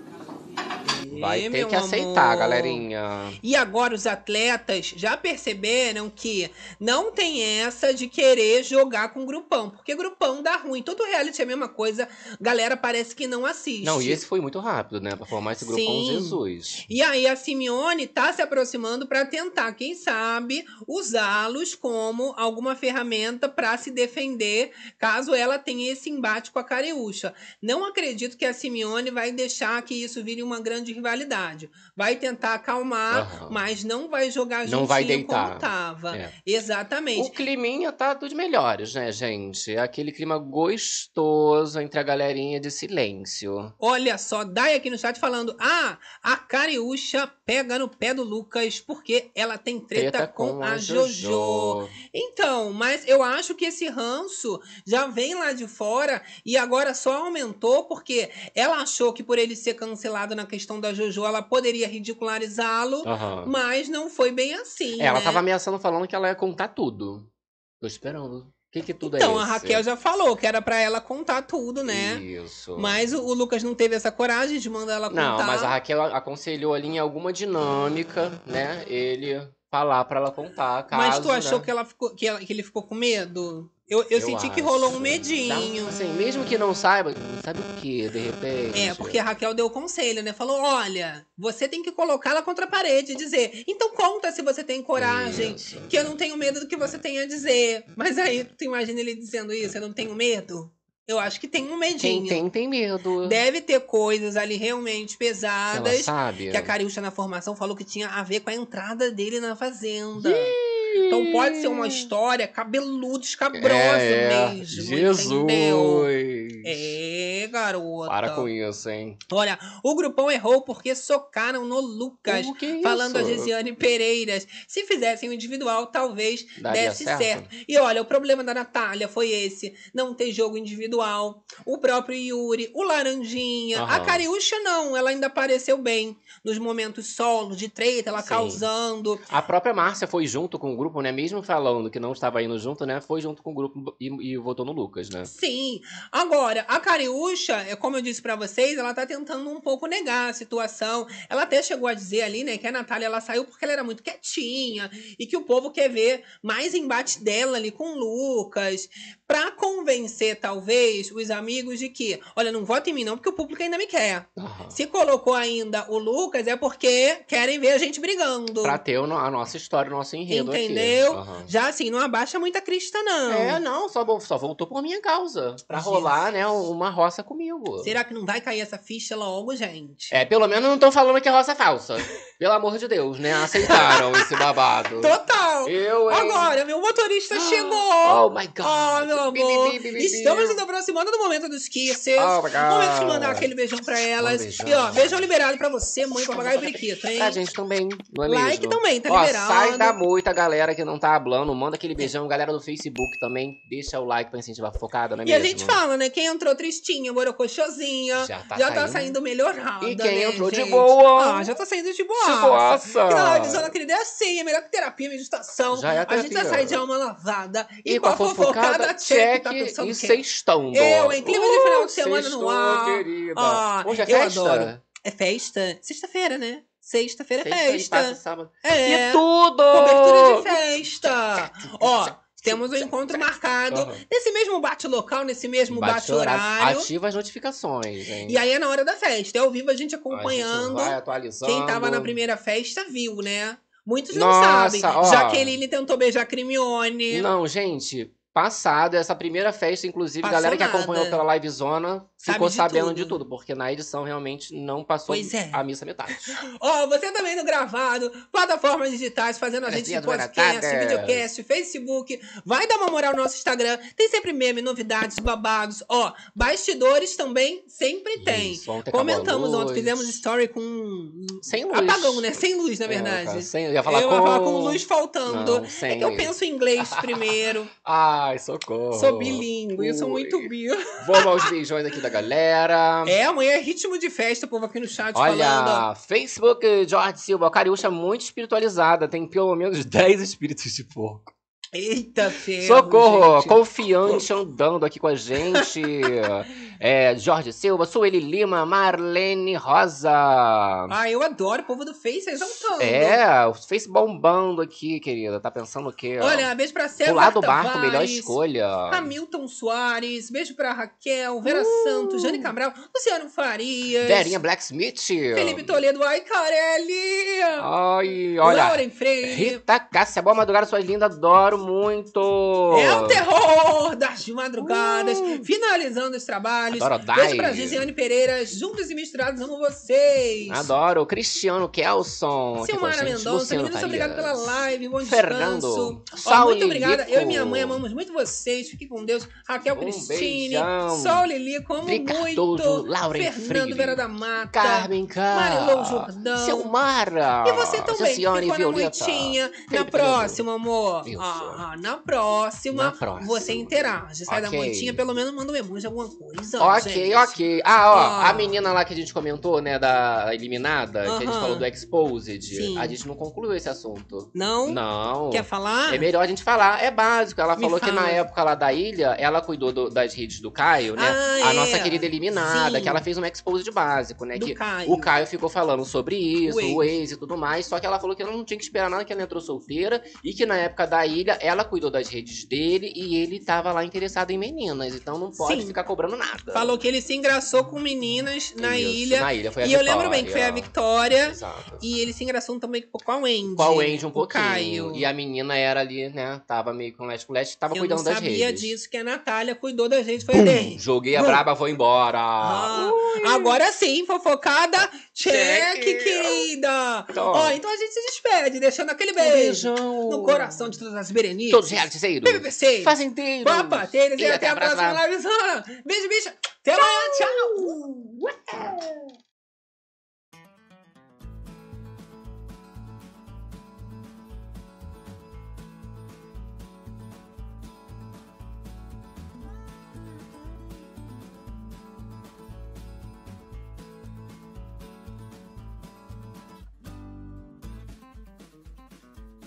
Vai ter meu que aceitar, amor. galerinha. E agora os atletas já perceberam que não tem essa de querer jogar com grupão, porque grupão dá ruim. Todo reality é a mesma coisa, galera parece que não assiste. Não, e esse foi muito rápido, né? Pra formar esse grupão Sim. Jesus. E aí a Simeone tá se aproximando para tentar, quem sabe, usá-los como alguma ferramenta para se defender, caso ela tenha esse embate com a Cariúcha. Não acredito que a Simeone vai deixar que isso vire uma grande rivalidade. Vai tentar acalmar, Aham. mas não vai jogar Não juntinho vai deitar. como tava. É. Exatamente. O climinha tá dos melhores, né, gente? É aquele clima gostoso entre a galerinha de silêncio. Olha só, Dai aqui no chat falando: a Cariúcha pega no pé do Lucas porque ela tem treta com a Jojo. Então, mas eu acho que esse ranço já vem lá de fora e agora só aumentou porque ela achou que por ele ser cancelado na questão da Jojo, ela poderia ridicularizá-lo, Aham. mas não foi bem assim, Ela né? tava ameaçando, falando que ela ia contar tudo. Tô esperando. O que tudo é Então, esse? a Raquel já falou que era pra ela contar tudo, né? Isso. Mas o Lucas não teve essa coragem de mandar ela contar. Não, mas a Raquel aconselhou ali em alguma dinâmica, né? Ele falar pra ela contar, caso, Mas tu achou né? que ele ficou com medo? Eu senti que acho. rolou um medinho. Dá, assim, mesmo que não saiba, sabe o que, de repente? É, porque a Raquel deu conselho, né? Falou, olha, você tem que colocá-la contra a parede e dizer, então conta se você tem coragem, Isso. que eu não tenho medo do que você tem a dizer. Mas aí, tu imagina ele dizendo isso, eu não tenho medo? Eu acho que tem um medinho. Quem tem medo. Deve ter coisas ali realmente Ela pesadas. sabe. Que a Cariúcha na formação falou que tinha a ver com a entrada dele na fazenda. Então pode ser uma história cabeluda, escabrosa mesmo. Jesus! Entendeu? É, garota. Para com isso, hein? Olha, o grupão errou porque socaram no Lucas. Que isso? Falando a Gesiane Pereiras. Se fizessem o individual, talvez Daria desse certo? certo. E olha, o problema da Natália foi esse. Não ter jogo individual. O próprio Yuri, o Laranjinha. Aham. A Cariúcha não, ela ainda apareceu bem. Nos momentos solos, de treta, ela Sim. causando. A própria Márcia foi junto com o grupo, né? Mesmo falando que não estava indo junto, né? Foi junto com o grupo e votou no Lucas, né? Sim. Agora, a Cariúcha, como eu disse pra vocês, ela tá tentando um pouco negar a situação. Ela até chegou a dizer ali, né, que a Natália ela saiu porque ela era muito quietinha e que o povo quer ver mais embate dela ali com o Lucas, pra convencer talvez os amigos de que, olha, não vota em mim não, porque o público ainda me quer. Aham. Se colocou ainda o Lucas é porque querem ver a gente brigando. Pra ter a nossa história, o nosso enredo aqui. entendeu? Aham. Já assim, não abaixa muita crista, não. Não, só voltou por minha causa. Pra rolar, né, uma roça comigo. Será que não vai cair essa ficha logo, gente? Pelo menos não estão falando que é roça falsa. Pelo amor de Deus, né? Aceitaram esse babado. Total! Eu, hein? Agora, meu motorista chegou! Oh, my God! Oh, meu amor! Estamos nos aproximando do momento dos kisses. Oh, my God! Momento de mandar aquele beijão pra elas. beijão. E ó, beijão liberado pra você, mãe, papagaio e periquito, hein? A gente também, não é mesmo? Like também, tá Ó, liberado. sai da moita, galera que não tá hablando. Manda aquele beijão. Galera do Facebook também, deixa o like pra incentivar a focada, não é E mesmo? a gente fala, né? Quem entrou tristinha, borocochosinha, já tá saindo melhorada. E quem né, entrou de gente? boa? Já tá saindo de boa. De boaça. Que na livezona, querida, é assim, é melhor que terapia, meditação. Já é A gente vai terapia. sair de alma lavada. E com a fofocada, check tá pensando e o quê? sextando. Eu, em clima de final de semana no Sextou, ar. querida. Hoje é eu festa? adoro. É festa? Sexta-feira, né? Sexta-feira é Sexta e festa. passa sábado. É. E tudo! Cobertura de festa. Ó, temos um encontro marcado Aham. nesse mesmo bate-local, nesse mesmo bate-horário. Ativa as notificações, hein? E aí é na hora da festa. É ao vivo a gente acompanhando. A gente vai atualizando. Quem tava na primeira festa viu, né? Muitos não Nossa, sabem. ó. Jaqueline tentou beijar Crimione. Não, gente, passado, essa primeira festa, inclusive, Passou galera que nada. acompanhou pela livezona Sabe ficou de sabendo tudo. de tudo, porque na edição realmente não passou Pois é. a missa metade. Ó, você também no gravado, plataformas digitais, fazendo a gente de podcast, videocast, Facebook. Vai dar uma moral no nosso Instagram. Tem sempre meme, novidades, babados. Ó, bastidores também sempre tem. Isso, ontem Comentamos acabou a ontem, luz. fizemos story com... Sem luz. Apagão, né? Sem luz, na É, verdade. cara, eu ia falar eu com... ia falar com luz faltando. Não, sem é que eu luz. penso em inglês primeiro. Ai, socorro. Sou bilíngue, eu sou muito bi. Vamos aos beijões aqui da galera. É, amanhã é ritmo de festa, o povo aqui no chat Olha, falando. Facebook, Jorge Silva, Cariúcha muito espiritualizada, tem pelo menos 10 espíritos de porco. Eita, ferro, Socorro, gente. confiante andando aqui com a gente. Jorge Silva, Sueli Lima, Marlene Rosa. Ah, eu adoro o povo do Face exaltando. O Face bombando aqui, querida. Tá pensando o quê? Olha, beijo pra César Pular do barco, Tavares, melhor escolha. Hamilton Soares, beijo pra Raquel, Vera Santos, Jane Cabral, Luciano Farias. Verinha Blacksmith. Felipe Toledo, ai, Carelli. Ai, olha. Lauren Freire. Rita Cássia, boa madrugada, suas lindas, adoro muito. É o terror das madrugadas. Finalizando os trabalhos. Adoro Beijo Dai. pra Gisiane Pereira, juntos e misturados, amo vocês. Adoro. Cristiano Kelson. aqui com a Silmara gente. Mendonça, Luciano meninos, obrigado pela Farias. live, bom Fernando. descanso. Ó, Saul muito obrigada, Lilico. eu e minha mãe amamos muito vocês, fiquem com Deus. Raquel Cristine, beijão. Sol Lilico, amo Dri muito. Cardoso, Lauren Fernando Freire. Vera da Mata, Carmen K. Marilou Jordão. Silmara. E você também, que Ceciane ficou na Violeta. moitinha. Na Felipe próxima, amor. Isso. Na próxima, Na próxima. você interage. Sai da Ok. moitinha, pelo menos manda um emoji, alguma coisa. Ok, gente. ok. A menina lá que a gente comentou, né, da eliminada, que a gente Aham. falou do Exposed, Sim. a gente não concluiu esse assunto. Não? Não. Quer falar? É melhor a gente falar. É básico. Ela Me falou que fala. na época lá da ilha, ela cuidou das redes do Caio, né? Ah, A nossa é. querida eliminada, Sim. que ela fez um exposed básico, né? Do Que Caio. o Caio ficou falando sobre isso, O o ex e tudo mais. Só que ela falou que ela não tinha que esperar nada, que ela entrou solteira. E que na época da ilha, ela cuidou das redes dele e ele tava lá interessado em meninas. Então não pode Sim. ficar cobrando nada. Falou que ele se engraçou com meninas na Isso, ilha. na ilha foi a E eu Vitória. lembro bem que foi a Victoria. Exato. E ele se engraçou também com a Wendy. Com a Wendy um o pouquinho. Caio. E a menina era ali, né? Tava meio com leste, tava Eu cuidando não das sabia redes. disso, que a Natália cuidou da gente. Foi dele. Joguei a braba, vou embora. Agora sim, fofocada. Check, Check. querida. Então. Ó, então a gente se despede, deixando aquele beijo beijão. no coração de todas as Berenices. Todos realiticeiros. BBBceiros. Fazendeiros. Papateiros. E E até a próxima livezona. Beijo, bicha. Até amanhã. Tchau.